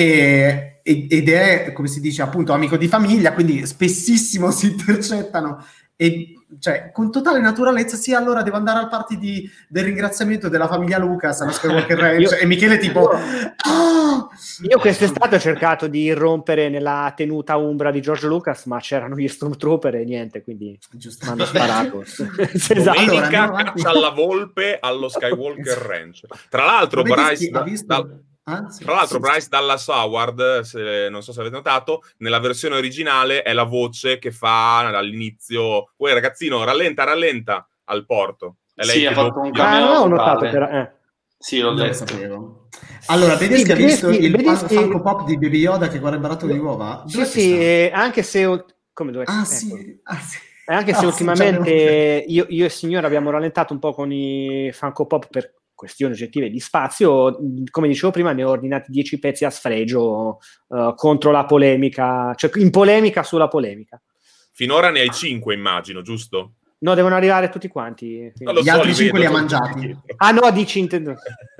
e- ed è, come si dice, appunto amico di famiglia, quindi spessissimo si intercettano e cioè con totale naturalezza. Sì, allora devo andare al party di- del ringraziamento della famiglia Lucas alla Skywalker Ranch. Io- E Michele tipo "Ah!" Io quest'estate ho cercato di irrompere nella tenuta umbra di George Lucas, ma c'erano gli Stormtrooper e niente, quindi mi hanno Giustamente. sparato. Sì, esatto. Allora, Domenica andiamo avanti. caccia alla volpe allo Skywalker Ranch. Tra l'altro, Avete Bryce, sti- ha visto? da- Ah, sì, tra l'altro sì, Bryce sì. Dallas Howard, se- non so se avete notato, nella versione originale è la voce che fa all'inizio "Uè ragazzino, rallenta, rallenta" al porto. È lei Sì, che ha fatto un doppia. Ah, cameo non ho vocale. notato però, eh. Sì, l'ho Non lo letto. sapevo. Allora, Tedeschi Sì, ha visto Tedeschi- il Tedeschi- Funko Pop di Baby Yoda che guarda il barattolo di uova? Sì, Dov'è sì, che sta? eh, anche se come dove Ah, ecco. sì. Ah, sì. E anche se Ah, sì, ultimamente io, io e il signore abbiamo rallentato un po' con i Funko Pop per questioni oggettive di spazio, mh, come dicevo prima ne ho ordinati dieci pezzi a sfregio eh, contro la polemica, cioè in polemica sulla polemica. Finora ne hai cinque, immagino, giusto? No, devono arrivare tutti quanti. Non quindi- lo Gli so, altri li cinque vedo, li ha sono mangiati. tutti dietro. Ah no, dici intendo.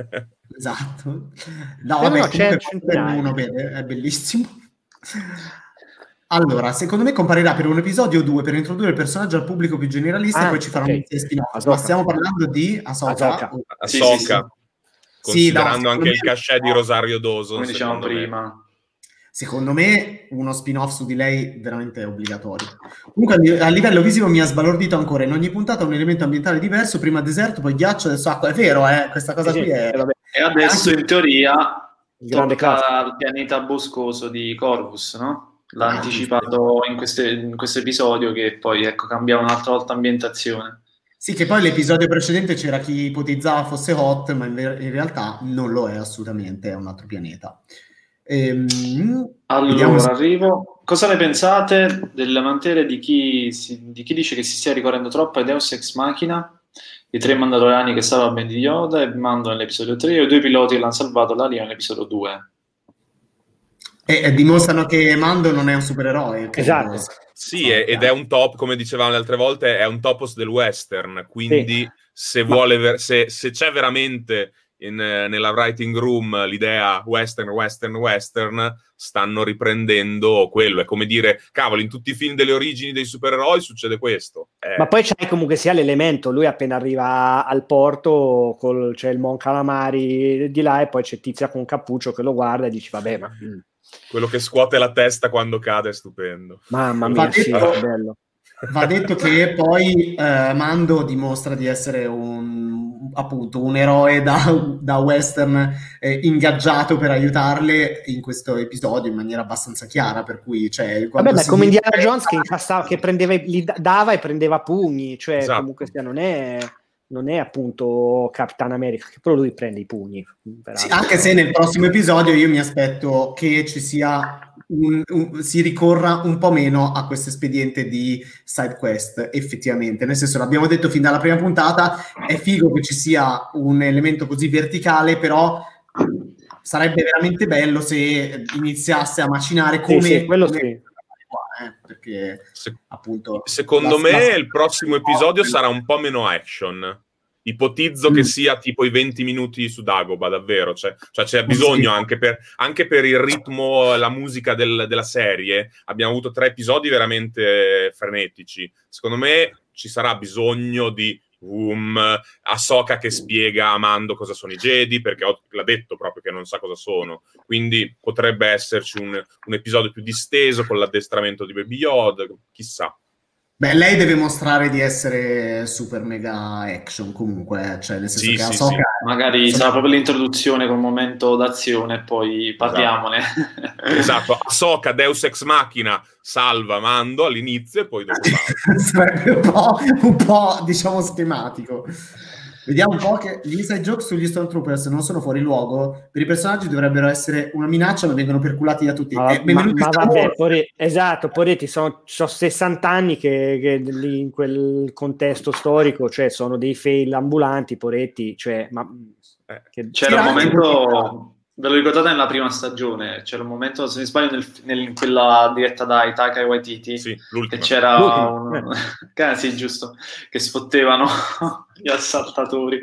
Esatto. No, No, vabbè, no, c'è comunque centinaia. uno vede, è bellissimo. Allora, secondo me comparirà per un episodio o due per introdurre il personaggio al pubblico più generalista Ah, e poi ci faranno ok. un sei spin-off. Ahsoka. Ma stiamo parlando di Ahsoka? Ahsoka. o- Sì, Ahsoka, sì, sì. Sì, no, considerando secondo anche me- il cachet di Rosario Dawson. Come dicevamo secondo me. prima. Secondo me uno spin-off su di lei veramente è obbligatorio. Comunque a li- a livello visivo mi ha sbalordito ancora. In ogni puntata un elemento ambientale diverso, prima deserto, poi ghiaccio, adesso acqua. È vero, eh? Questa cosa Sì, qui è... eh, vabbè. E adesso in teoria Il grande tocca classico. al pianeta boscoso di Corvus, no? L'ha Ah, anticipato in, queste- in questo episodio che poi ecco cambiava un'altra volta ambientazione. Sì, che poi l'episodio precedente c'era chi ipotizzava fosse Hot, ma in, ver- in realtà non lo è assolutamente, è un altro pianeta. Ehm, Allora, vediamo se- arrivo. Cosa ne pensate delle lamentele di chi, si- di chi dice che si stia ricorrendo troppo ai Deus Ex Machina i tre mandaloriani che stavano a ben di Yoda e Mando nell'episodio tre e i due piloti che l'hanno salvato la linea nell'episodio due. E, e dimostrano che Mando non è un supereroe. Esatto. Sì, è, ed è un top, come dicevamo le altre volte, è un topos del western, quindi Sì. se, vuole ver- se, se c'è veramente in, nella writing room l'idea western, western, western, stanno riprendendo quello. È come dire, cavolo, in tutti i film delle origini dei supereroi succede questo. Eh. Ma poi c'è comunque sia l'elemento, lui appena arriva al porto col, c'è il Mon Calamari di là e poi c'è Tizia con Cappuccio che lo guarda e dice vabbè ma... Mm. Quello che scuote la testa quando cade è stupendo. Mamma mia, Va sì, detto, che bello. Va detto che poi eh, Mando dimostra di essere un, appunto, un eroe da, da western eh, ingaggiato per aiutarle in questo episodio in maniera abbastanza chiara, per cui cioè, vabbè, ma si come dice... Indiana Jones che incassava, che prendeva, li dava e prendeva pugni, cioè esatto. comunque sia, non è non è appunto Capitan America, che però lui prende i pugni. Sì, anche se nel prossimo episodio io mi aspetto che ci sia un, un, si ricorra un po' meno a questo espediente di side quest, effettivamente, nel senso, l'abbiamo detto fin dalla prima puntata, è figo che ci sia un elemento così verticale, però sarebbe veramente bello se iniziasse a macinare come, sì, sì, quello come... sì. Eh, perché Se, appunto secondo la, me la... il prossimo episodio sarà un po' meno action. Ipotizzo mm. che sia tipo i venti minuti su Dagobah, davvero, cioè, cioè c'è bisogno anche per, anche per il ritmo, la musica del, della serie. Abbiamo avuto tre episodi veramente frenetici. Secondo me ci sarà bisogno di Um, Ahsoka che spiega a Mando cosa sono i Jedi, perché ho, l'ha detto proprio che non sa cosa sono, quindi potrebbe esserci un, un episodio più disteso con l'addestramento di Baby Yoda, chissà. Beh, lei deve mostrare di essere super mega action comunque, cioè nel senso sì, che sì, Ahsoka... sì. Magari insomma... sarà proprio l'introduzione col momento d'azione e poi parliamone. Esatto, esatto. Ahsoka, Deus Ex Machina, salva Mando all'inizio e poi dopo sarebbe un po', un po' diciamo schematico. Vediamo un po' che gli inside joke sugli Stormtroopers non sono fuori luogo, per i personaggi dovrebbero essere una minaccia ma vengono perculati da tutti. Ma, eh, ma, ma vabbè, pore, esatto, Poretti, sono, sono sessanta anni che, che lì in quel contesto storico, cioè sono dei fail ambulanti, Poretti, cioè, ma, eh, che, c'era un momento... Ve lo ricordate nella prima stagione? C'era un momento, se mi sbaglio, nel, nel, in quella diretta da Taika Waititi, sì, che c'era un... Eh. sì, giusto, che sfottevano gli assaltatori,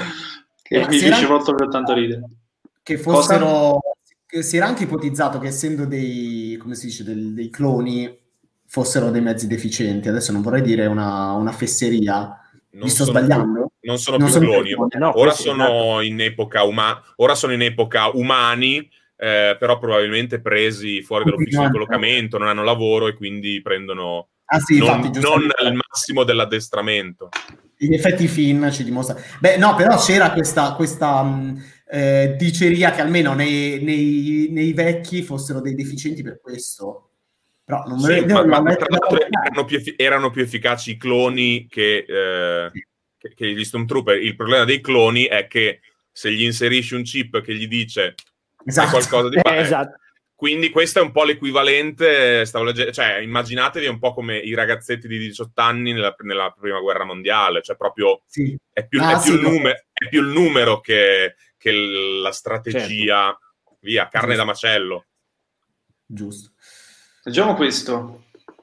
che eh, mi fece molto per tanto ridere. Che fossero... Che si era anche ipotizzato che essendo dei, come si dice, del, dei cloni, fossero dei mezzi deficienti. Adesso non vorrei dire una, una fesseria. Non Mi sto sono sbagliando? Più, non sono non più sono cloni. cloni. No, ora, sono esatto. in epoca uma- ora sono in epoca umani, eh, però probabilmente presi fuori dall'ufficio di collocamento, non hanno lavoro e quindi prendono ah, sì, non, infatti, non il massimo dell'addestramento. In effetti Finn ci dimostra... Beh, no, però c'era questa, questa mh, eh, diceria che almeno nei, nei, nei vecchi fossero dei deficienti per questo. Però non sì, me ma, ma, ma tra l'altro erano più, erano più efficaci i cloni che, eh, sì. che, che gli Stormtrooper. Il problema dei cloni è che se gli inserisci un chip che gli dice esatto. qualcosa di eh, esatto. Quindi questo è un po' l'equivalente, stavo leggendo, cioè immaginatevi un po' come i ragazzetti di diciotto anni nella, nella prima guerra mondiale, cioè proprio sì. è, più, ah, è, più sì, il numero, è più il numero che, che la strategia, certo. Via, carne Giusto. da macello. Giusto. Leggiamo questo.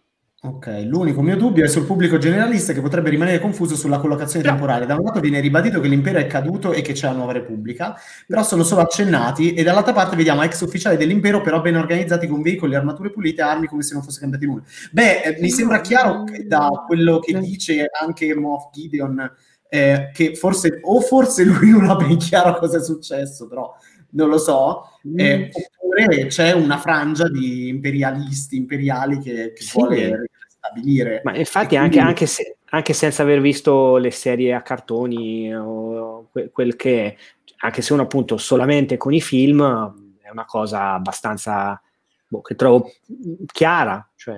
Ok, l'unico mio dubbio è sul pubblico generalista che potrebbe rimanere confuso sulla collocazione temporale. Da un lato viene ribadito che l'impero è caduto e che c'è la nuova repubblica, però sono solo accennati, e dall'altra parte vediamo ex ufficiali dell'impero però ben organizzati con veicoli, armature pulite, armi come se non fosse cambiato nulla. Beh, eh, mi sembra chiaro che da quello che dice anche Moff Gideon eh, che forse, o forse lui non ha ben chiaro cosa è successo, però non lo so, eh, oppure c'è una frangia di imperialisti, imperiali che, che sì. vuole stabilire. Ma infatti quindi... anche, anche, se, anche senza aver visto le serie a cartoni o que, quel che è, anche se uno appunto solamente con i film, è una cosa abbastanza boh, che trovo chiara. Cioè.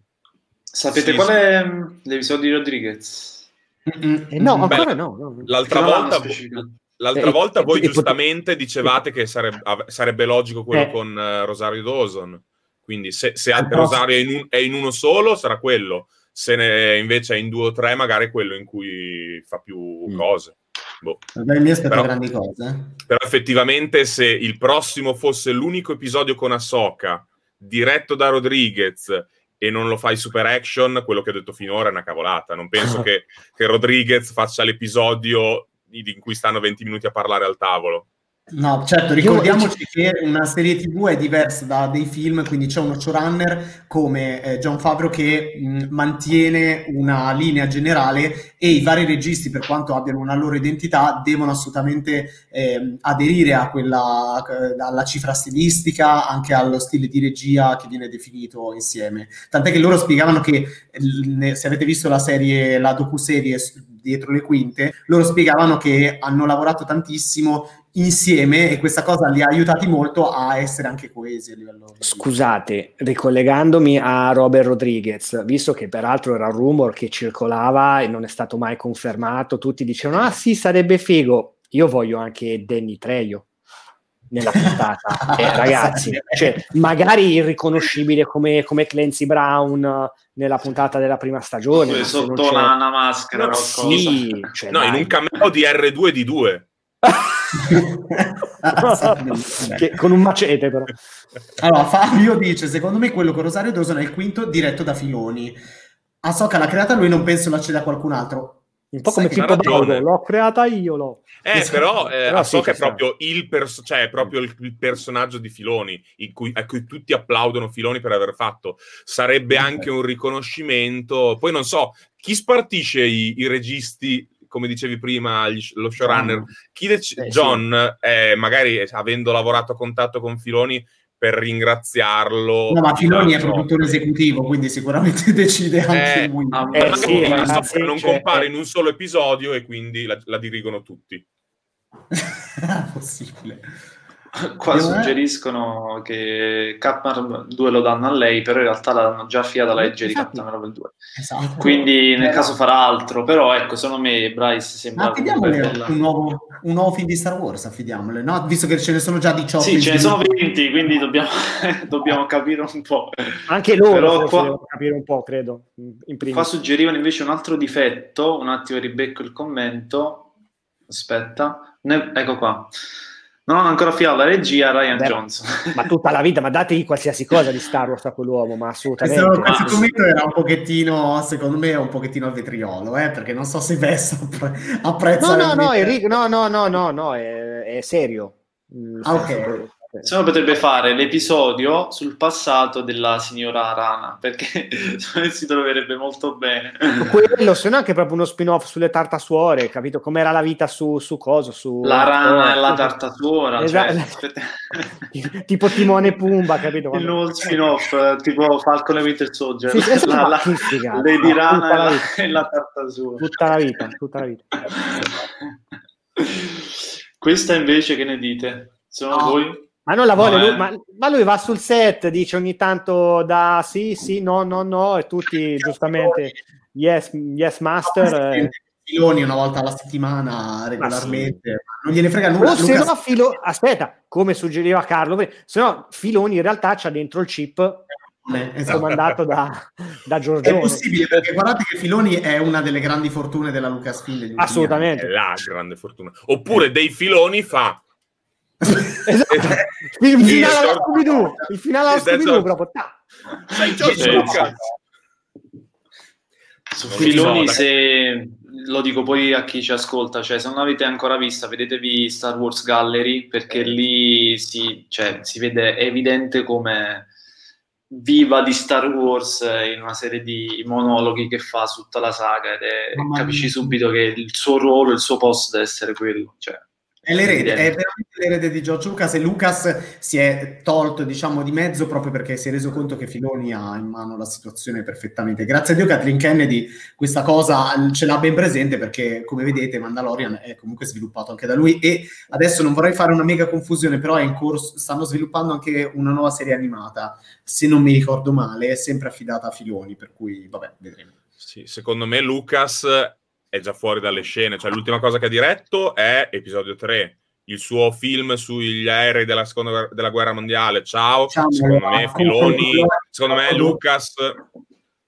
Sapete sì, qual sì. è l'episodio di Rodriguez? Eh, no, Beh, ancora no. no. L'altra volta... L'altra eh, volta eh, voi eh, giustamente dicevate che sarebbe, sarebbe logico quello eh. con uh, Rosario Dawson, quindi se, se Rosario è in, un, è in uno solo sarà quello, se ne invece è in due o tre magari è quello in cui fa più mm. cose. Boh. Vabbè, mi aspetto però, grandi cose. Però effettivamente se il prossimo fosse l'unico episodio con Ahsoka diretto da Rodriguez e non lo fai super action, quello che ho detto finora è una cavolata. Non penso che, che Rodriguez faccia l'episodio in cui stanno venti minuti a parlare al tavolo. No, certo, ricordiamoci che una serie tivù è diversa da dei film, quindi c'è uno showrunner come eh, Jon Favreau che mh, mantiene una linea generale e i vari registi, per quanto abbiano una loro identità, devono assolutamente eh, aderire a quella, eh, alla cifra stilistica, anche allo stile di regia che viene definito insieme. Tant'è che loro spiegavano che, eh, se avete visto la serie, la docuserie Dietro le quinte, loro spiegavano che hanno lavorato tantissimo insieme e questa cosa li ha aiutati molto a essere anche coesi a livello. Scusate, ricollegandomi a Robert Rodriguez, visto che peraltro era un rumor che circolava e non è stato mai confermato, tutti dicevano ah sì, sarebbe figo, io voglio anche Danny Trejo nella puntata. eh, ragazzi, cioè, magari irriconoscibile come, come Clancy Brown nella puntata della prima stagione, sotto una, una maschera, no, sì, cioè, no, dai. in un cameo di erre due di due che, con un macete però. Allora Fabio dice secondo me quello con Rosario Dawson è il quinto diretto da Filoni. Ahsoka l'ha creata lui, non penso la ceda a qualcun altro. Un po' come Pippo Baudo, l'ho creata io, l'ho. Eh, esatto. Però, eh, però Ahsoka sì, è proprio il, pers- cioè, è proprio il, il personaggio di Filoni, in cui, a cui tutti applaudono Filoni per aver fatto. Sarebbe okay. anche un riconoscimento. Poi non so, chi spartisce i, i registi, come dicevi prima, gli, lo showrunner? John. Chi dec- eh, John, sì. eh, magari avendo lavorato a contatto con Filoni, per ringraziarlo. No, ma Filoni è produttore esecutivo, quindi sicuramente decide anche eh, lui. Eh, eh, sì, non, ragazzi, non cioè, compare eh. in un solo episodio e quindi la, la dirigono tutti. Possibile. Qua Devo suggeriscono è... che Capman due lo danno a lei, però in realtà l'hanno già affidata alla legge di Captain Marvel due. Esatto. Quindi nel però... caso farà altro, però ecco, secondo me Bryce sembra... Ma affidiamole un nuovo, un nuovo film di Star Wars, affidiamole, no? Visto che ce ne sono già diciotto. Sì, ce ne sono venti, quindi dobbiamo, dobbiamo capire un po'. Anche loro però qua... devono capire un po', credo. In qua suggerivano invece un altro difetto, un attimo ribecco il commento. Aspetta, ne... ecco qua. Non hanno ancora affidato la regia a Ryan Beh, Johnson. Ma tutta la vita, ma dategli qualsiasi cosa di Star Wars a quell'uomo, ma assolutamente. Questo, questo commento era un pochettino, secondo me, un pochettino al vetriolo, eh, perché non so se Vess apprezza... No, no, no, Enrico, no, no, no, no, no, è, è serio. Ah, ok. Se no potrebbe fare l'episodio sul passato della signora Arana, perché si troverebbe molto bene. Quello, se no anche proprio uno spin-off sulle tartasuore, capito? Com'era la vita su, su coso? Su, la rana e la tartasuora. Esatto. Cioè, tipo Timone e Pumba, capito? Il nuovo spin-off, tipo Falcon e Winter Soldier. Sì, la, la, Lady la, Rana e la, e la tartasura. Tutta la vita, tutta la vita. Questa invece che ne dite? Sono oh. voi? Ma non la vuole, no, lui, eh. ma, ma lui va sul set, dice ogni tanto da sì, sì, no, no, no, e tutti giustamente yes, yes master. Eh. Filoni una volta alla settimana regolarmente, sì. Non gliene frega nulla. O se no, Filo... aspetta, come suggeriva Carlo, se no Filoni in realtà c'ha dentro il chip eh, esatto. comandato da, da Giorgione. È possibile, perché guardate che Filoni è una delle grandi fortune della Lucasfilm. Assolutamente. È la grande fortuna. Oppure dei Filoni fa... Esatto. il finale alla Scooby-Doo, il finale alla Scooby-Doo proprio sai Giorgio Lucas su Filoni, se lo dico poi a chi ci ascolta, cioè se non l'avete ancora vista vedetevi Star Wars Gallery, perché lì si, cioè, si vede, è evidente come viva di Star Wars in una serie di monologhi che fa su tutta la saga ed è, capisci subito che il suo ruolo, il suo posto deve essere quello, cioè è l'erede, è veramente l'erede di George Lucas, e Lucas si è tolto, diciamo, di mezzo proprio perché si è reso conto che Filoni ha in mano la situazione perfettamente. Grazie a Dio Kathleen Kennedy questa cosa ce l'ha ben presente, perché come vedete Mandalorian è comunque sviluppato anche da lui, e adesso non vorrei fare una mega confusione, però è in corso, stanno sviluppando anche una nuova serie animata, se non mi ricordo male, è sempre affidata a Filoni, per cui vabbè, vedremo. Sì, secondo me Lucas è già fuori dalle scene, cioè l'ultima cosa che ha diretto è episodio tre, il suo film sugli aerei della seconda della guerra mondiale. Ciao, ciao secondo me Filoni, secondo me Lucas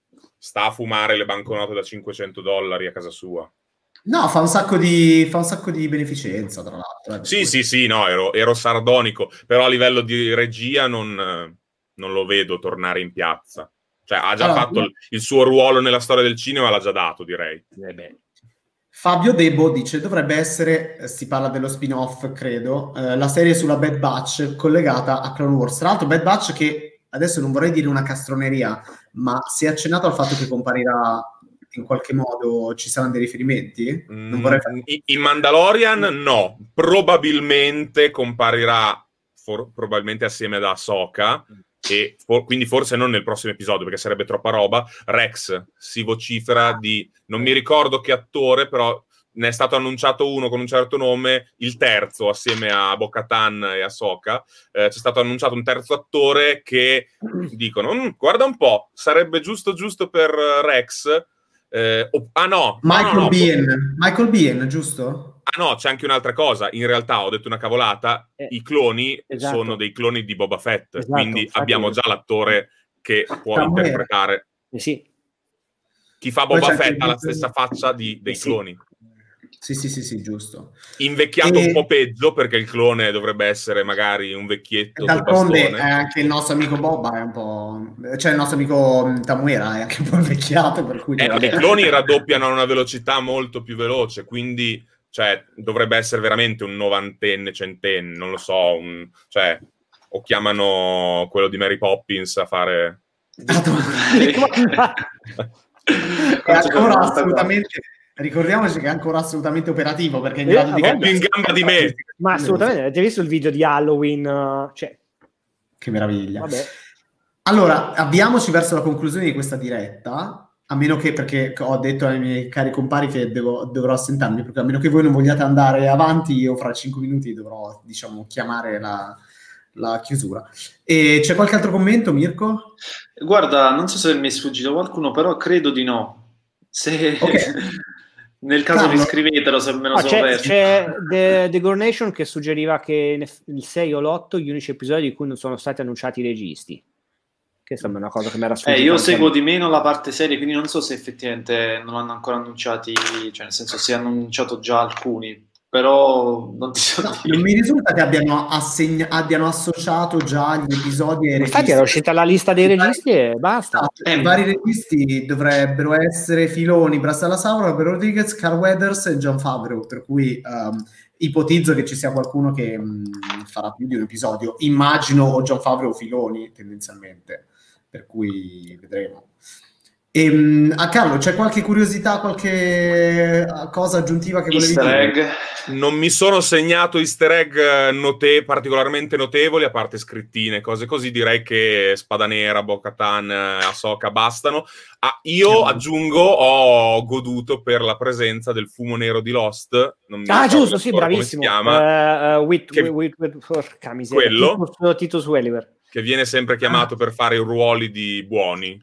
sta a fumare le banconote da cinquecento dollari a casa sua. No, fa un sacco di, fa un sacco di beneficenza, tra l'altro. Eh, sì, poi. sì, sì, no, ero, ero sardonico, però a livello di regia non, non lo vedo tornare in piazza. Cioè, ha già allora, fatto il, il suo ruolo nella storia del cinema, l'ha già dato, direi. Eh beh. Fabio Debo dice, dovrebbe essere, si parla dello spin-off, credo, eh, la serie sulla Bad Batch collegata a Clone Wars. Tra l'altro Bad Batch che, adesso non vorrei dire una castroneria, ma si è accennato al fatto che comparirà in qualche modo, ci saranno dei riferimenti? Non vorrei fare... In Mandalorian no, probabilmente comparirà for- probabilmente assieme ad Ahsoka, e for- quindi forse non nel prossimo episodio perché sarebbe troppa roba. Rex si vocifera di, non mi ricordo che attore, però ne è stato annunciato uno con un certo nome, il terzo assieme a Bo-Katan e Ahsoka, eh, c'è stato annunciato un terzo attore che dicono mm, guarda un po', sarebbe giusto giusto per Rex. Eh, oh, ah no, Michael no, no, no. Biehn, Michael Biehn, giusto? Ah no, c'è anche un'altra cosa, in realtà ho detto una cavolata, eh, i cloni esatto. sono dei cloni di Boba Fett, esatto, quindi infatti, abbiamo già l'attore che può Samuel. interpretare. Eh sì. Chi fa Poi Boba c'è Fett anche ha la il- stessa faccia di, dei Eh sì. cloni. Sì, sì, sì, sì, giusto. Invecchiato E- un po' peggio, perché il clone dovrebbe essere magari un vecchietto col D'altronde eh, bastone. anche il nostro amico Boba è un po'... cioè il nostro amico mh, Tamuera è anche un po' invecchiato, per cui... Eh, ma vabbè. i cloni raddoppiano a una velocità molto più veloce, quindi cioè, dovrebbe essere veramente un novantenne, centenne, non lo so, un, cioè, o chiamano quello di Mary Poppins a fare... è ancora assolutamente... Ricordiamoci che è ancora assolutamente operativo, perché è in Eh, grado di... vabbè. Più in gamba di me. Ma assolutamente, avete visto il video di Halloween? uh, Cioè, Che meraviglia. vabbè. Allora, avviamoci verso la conclusione di questa diretta, a meno che, perché ho detto ai miei cari compari che devo, dovrò assentarmi, perché a meno che voi non vogliate andare avanti, io fra cinque minuti dovrò, diciamo, chiamare la, la chiusura. E c'è qualche altro commento, Mirko? Guarda, non so se mi è sfuggito qualcuno, però credo di no. Se... Ok. Nel caso Carlo? riscrivetelo se me lo Ah, sono c'è, perso. c'è The, The Gore Nation che suggeriva che ne- il sei o l'otto gli unici episodi di cui non sono stati annunciati i registi. Che sembra una cosa che mi era Eh, sfuggita. io anche a seguo me. di meno la parte serie, quindi non so se effettivamente non hanno ancora annunciati, cioè nel senso si hanno annunciato già alcuni, però non ti so No, dire. non mi risulta che abbiano, assegna- abbiano associato già gli episodi ai Infatti registi. era uscita la lista dei registi e basta. Esatto, i vari registi dovrebbero essere Filoni, Brassella Sauro, Robert Rodriguez, Carl Weathers e John Favreau, per cui um, ipotizzo che ci sia qualcuno che um, farà più di un episodio. Immagino o John Favreau o Filoni, tendenzialmente, per cui vedremo. E, um, a Carlo, c'è qualche curiosità, qualche cosa aggiuntiva che volevi Easter dire? egg. Non mi sono segnato easter egg note- particolarmente notevoli, a parte scrittine, cose così. Direi che Spada Nera, Bo-Katan, Ahsoka bastano. Ah, io Sì. aggiungo, ho goduto per la presenza del fumo nero di Lost. Non mi Ah, ricordo giusto, sì, ancora come bravissimo. si chiama, Uh, uh, with, Che- with, with, with, porca miseria. Quello? Titus, Titus Welliver. che viene sempre chiamato per fare i ruoli di buoni.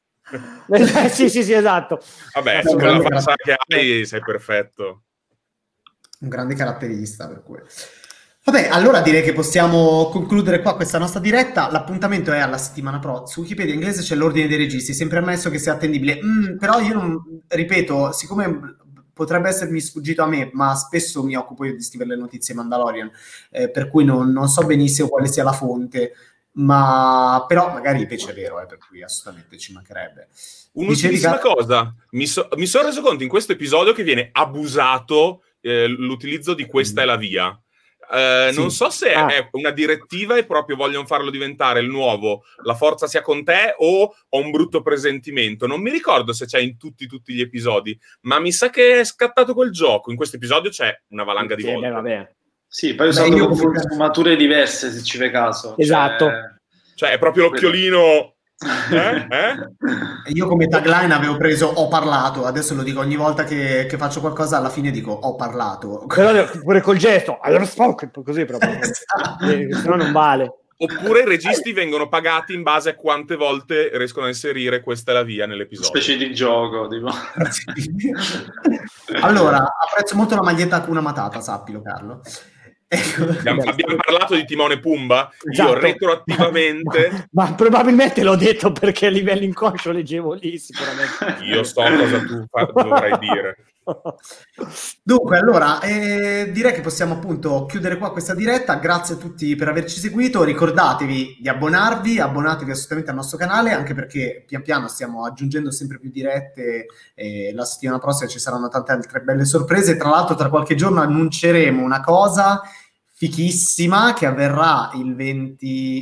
Eh, sì, sì, sì, esatto. Vabbè, È un con la grande faccia che carattere. hai sei perfetto. Un grande caratterista, per cui. Vabbè, allora direi che possiamo concludere qua questa nostra diretta. L'appuntamento è alla settimana prossima. Su Wikipedia inglese c'è l'ordine dei registi, sempre ammesso che sia attendibile. Mm, però io non, ripeto, siccome potrebbe essermi sfuggito a me, ma spesso mi occupo io di scrivere le notizie Mandalorian, eh, per cui non, non so benissimo quale sia la fonte, ma però magari invece è vero, eh, per cui assolutamente ci mancherebbe. Un'ultimissima Dicevi, cosa, mi, so- mi sono reso conto in questo episodio che viene abusato eh, l'utilizzo di questa è la via. Eh, Sì. Non so se Ah. è una direttiva e proprio vogliono farlo diventare il nuovo la forza sia con te, o ho un brutto presentimento. Non mi ricordo se c'è in tutti tutti gli episodi, ma mi sa che è scattato quel gioco. In questo episodio c'è una valanga di Sì, volte. beh, vabbè. Sì, poi Beh, usato io con come- sfumature diverse se ci fai caso. Esatto. Cioè... Cioè è proprio l'occhiolino. Eh? Eh? Io come tagline avevo preso ho parlato, adesso lo dico ogni volta che, che faccio qualcosa, alla fine dico ho parlato. Però pure col gesto, I have spoken, così proprio. Esatto. Eh, se no non vale. Oppure i registi vengono pagati in base a quante volte riescono a inserire questa è la via nell'episodio. Specie di gioco, tipo. Allora, apprezzo molto la maglietta Hakuna Matata, sappilo Carlo. Ecco. Abbiamo, abbiamo parlato di Timone e Pumba. Esatto. Io retroattivamente ma, ma probabilmente l'ho detto perché a livello inconscio leggevo lì sicuramente. io so cosa tu fa- dovrai dire. Dunque, allora, eh, direi che possiamo appunto chiudere qua questa diretta. Grazie a tutti per averci seguito. Ricordatevi di abbonarvi, abbonatevi assolutamente al nostro canale, anche perché pian piano stiamo aggiungendo sempre più dirette e la settimana prossima ci saranno tante altre belle sorprese. Tra l'altro, tra qualche giorno annunceremo una cosa fichissima che avverrà il venti...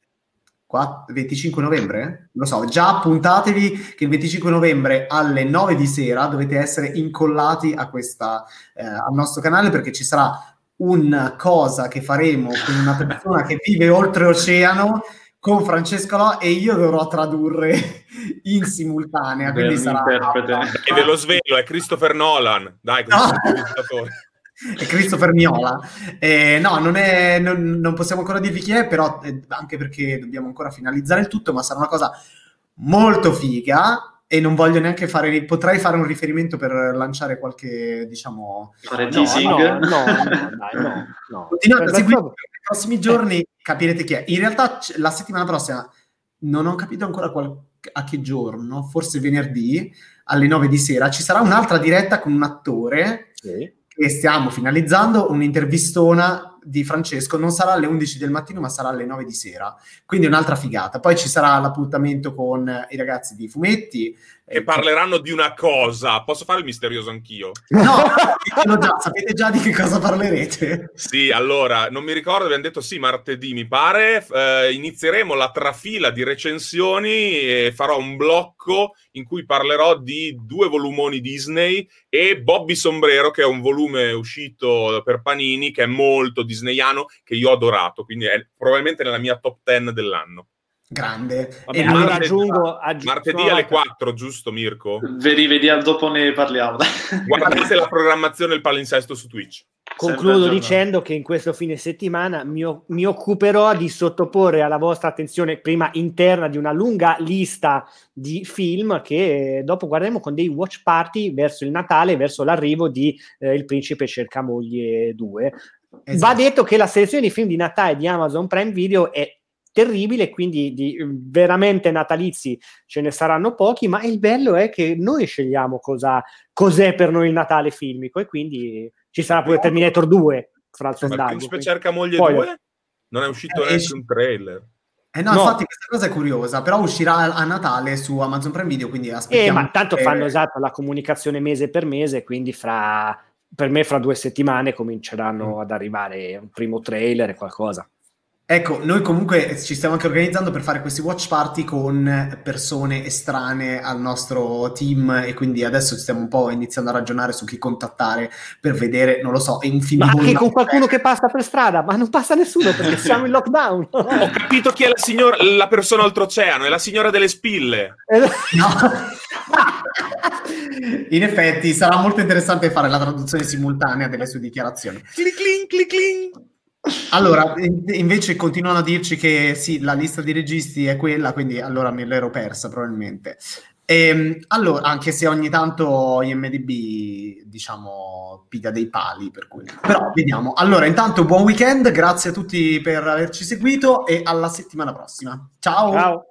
venticinque novembre? Lo so, già appuntatevi che il venticinque novembre alle nove di sera dovete essere incollati a questa, eh, al nostro canale, perché ci sarà una cosa che faremo con una persona che vive oltreoceano, con Francesco Lo, e io dovrò tradurre in simultanea. Beh, Quindi un sarà... interprete. E ve lo svelo, è Christopher Nolan. Dai, così No. sono intervistatore. È Christopher Miola. Eh, no, non, è, non, non possiamo ancora dirvi chi è, però eh, anche perché dobbiamo ancora finalizzare il tutto, ma sarà una cosa molto figa e non voglio neanche fare, potrei fare un riferimento per lanciare qualche, diciamo... Fare No, teasing? no, no, no, dai, no, no. Continuate a Per- seguire, per- nei prossimi giorni capirete chi è. In realtà c- la settimana prossima non ho capito ancora qual- a che giorno, forse venerdì alle nove di sera, ci sarà un'altra diretta con un attore Sì. che stiamo finalizzando, un'intervistona di Francesco. Non sarà alle undici del mattino, ma sarà alle nove di sera, quindi un'altra figata. Poi ci sarà l'appuntamento con i ragazzi di Fumetti, Che eh, parleranno di una cosa. Posso fare il misterioso anch'io? no, ditelo già, sapete già di che cosa parlerete. Sì, allora, non mi ricordo, abbiamo detto sì, martedì mi pare, eh, inizieremo la trafila di recensioni e farò un blocco in cui parlerò di due volumoni Disney e Bobby Sombrero, che è un volume uscito per Panini, che è molto disneyano, che io ho adorato, quindi è probabilmente nella mia top dieci dell'anno. Grande. Vabbè, E allora lui- aggiungo, aggi- Martedì no, alle no, quattro, giusto Mirko? Ve rivediamo, dopo ne parliamo. Guardate la programmazione del palinsesto su Twitch. Concludo Sempre aggiornato. dicendo che in questo fine settimana mi, o- mi occuperò di sottoporre alla vostra attenzione prima interna di una lunga lista di film che eh, dopo guarderemo con dei watch party verso il Natale, verso l'arrivo di eh, Il Principe cerca moglie due. Esatto. Va detto che la selezione di film di Natale di Amazon Prime Video è terribile, quindi di eh, veramente natalizi ce ne saranno pochi, ma il bello è che noi scegliamo cosa, cos'è per noi il Natale filmico, e quindi ci sarà pure Terminator due fra il Ma Il sondaggio. Principe quindi- cerca moglie Poi- due? Non è uscito Eh, neanche esce- un trailer. Eh no, No. infatti questa cosa è curiosa, però uscirà a Natale su Amazon Prime Video, quindi Eh, aspettiamo. ma tanto che- fanno esatto la comunicazione mese per mese, quindi fra per me fra due settimane cominceranno ad arrivare un primo trailer e qualcosa. Ecco, noi comunque ci stiamo anche organizzando per fare questi watch party con persone estranee al nostro team, e quindi adesso stiamo un po' iniziando a ragionare su chi contattare per vedere, non lo so, un film Ma di anche Bolla- con qualcuno che passa per strada, ma non passa nessuno perché siamo in lockdown. Ho capito chi è la signora, la persona oltreoceano, è la signora delle spille. No. In effetti sarà molto interessante fare la traduzione simultanea delle sue dichiarazioni. Clic clin, clic clin. Allora, in- invece continuano a dirci che sì, la lista di registi è quella, quindi allora me l'ero persa probabilmente. Ehm, allora, anche se ogni tanto I M D B, diciamo, piglia dei pali per cui. Però vediamo. Allora, intanto buon weekend, grazie a tutti per averci seguito e alla settimana prossima. Ciao! Ciao.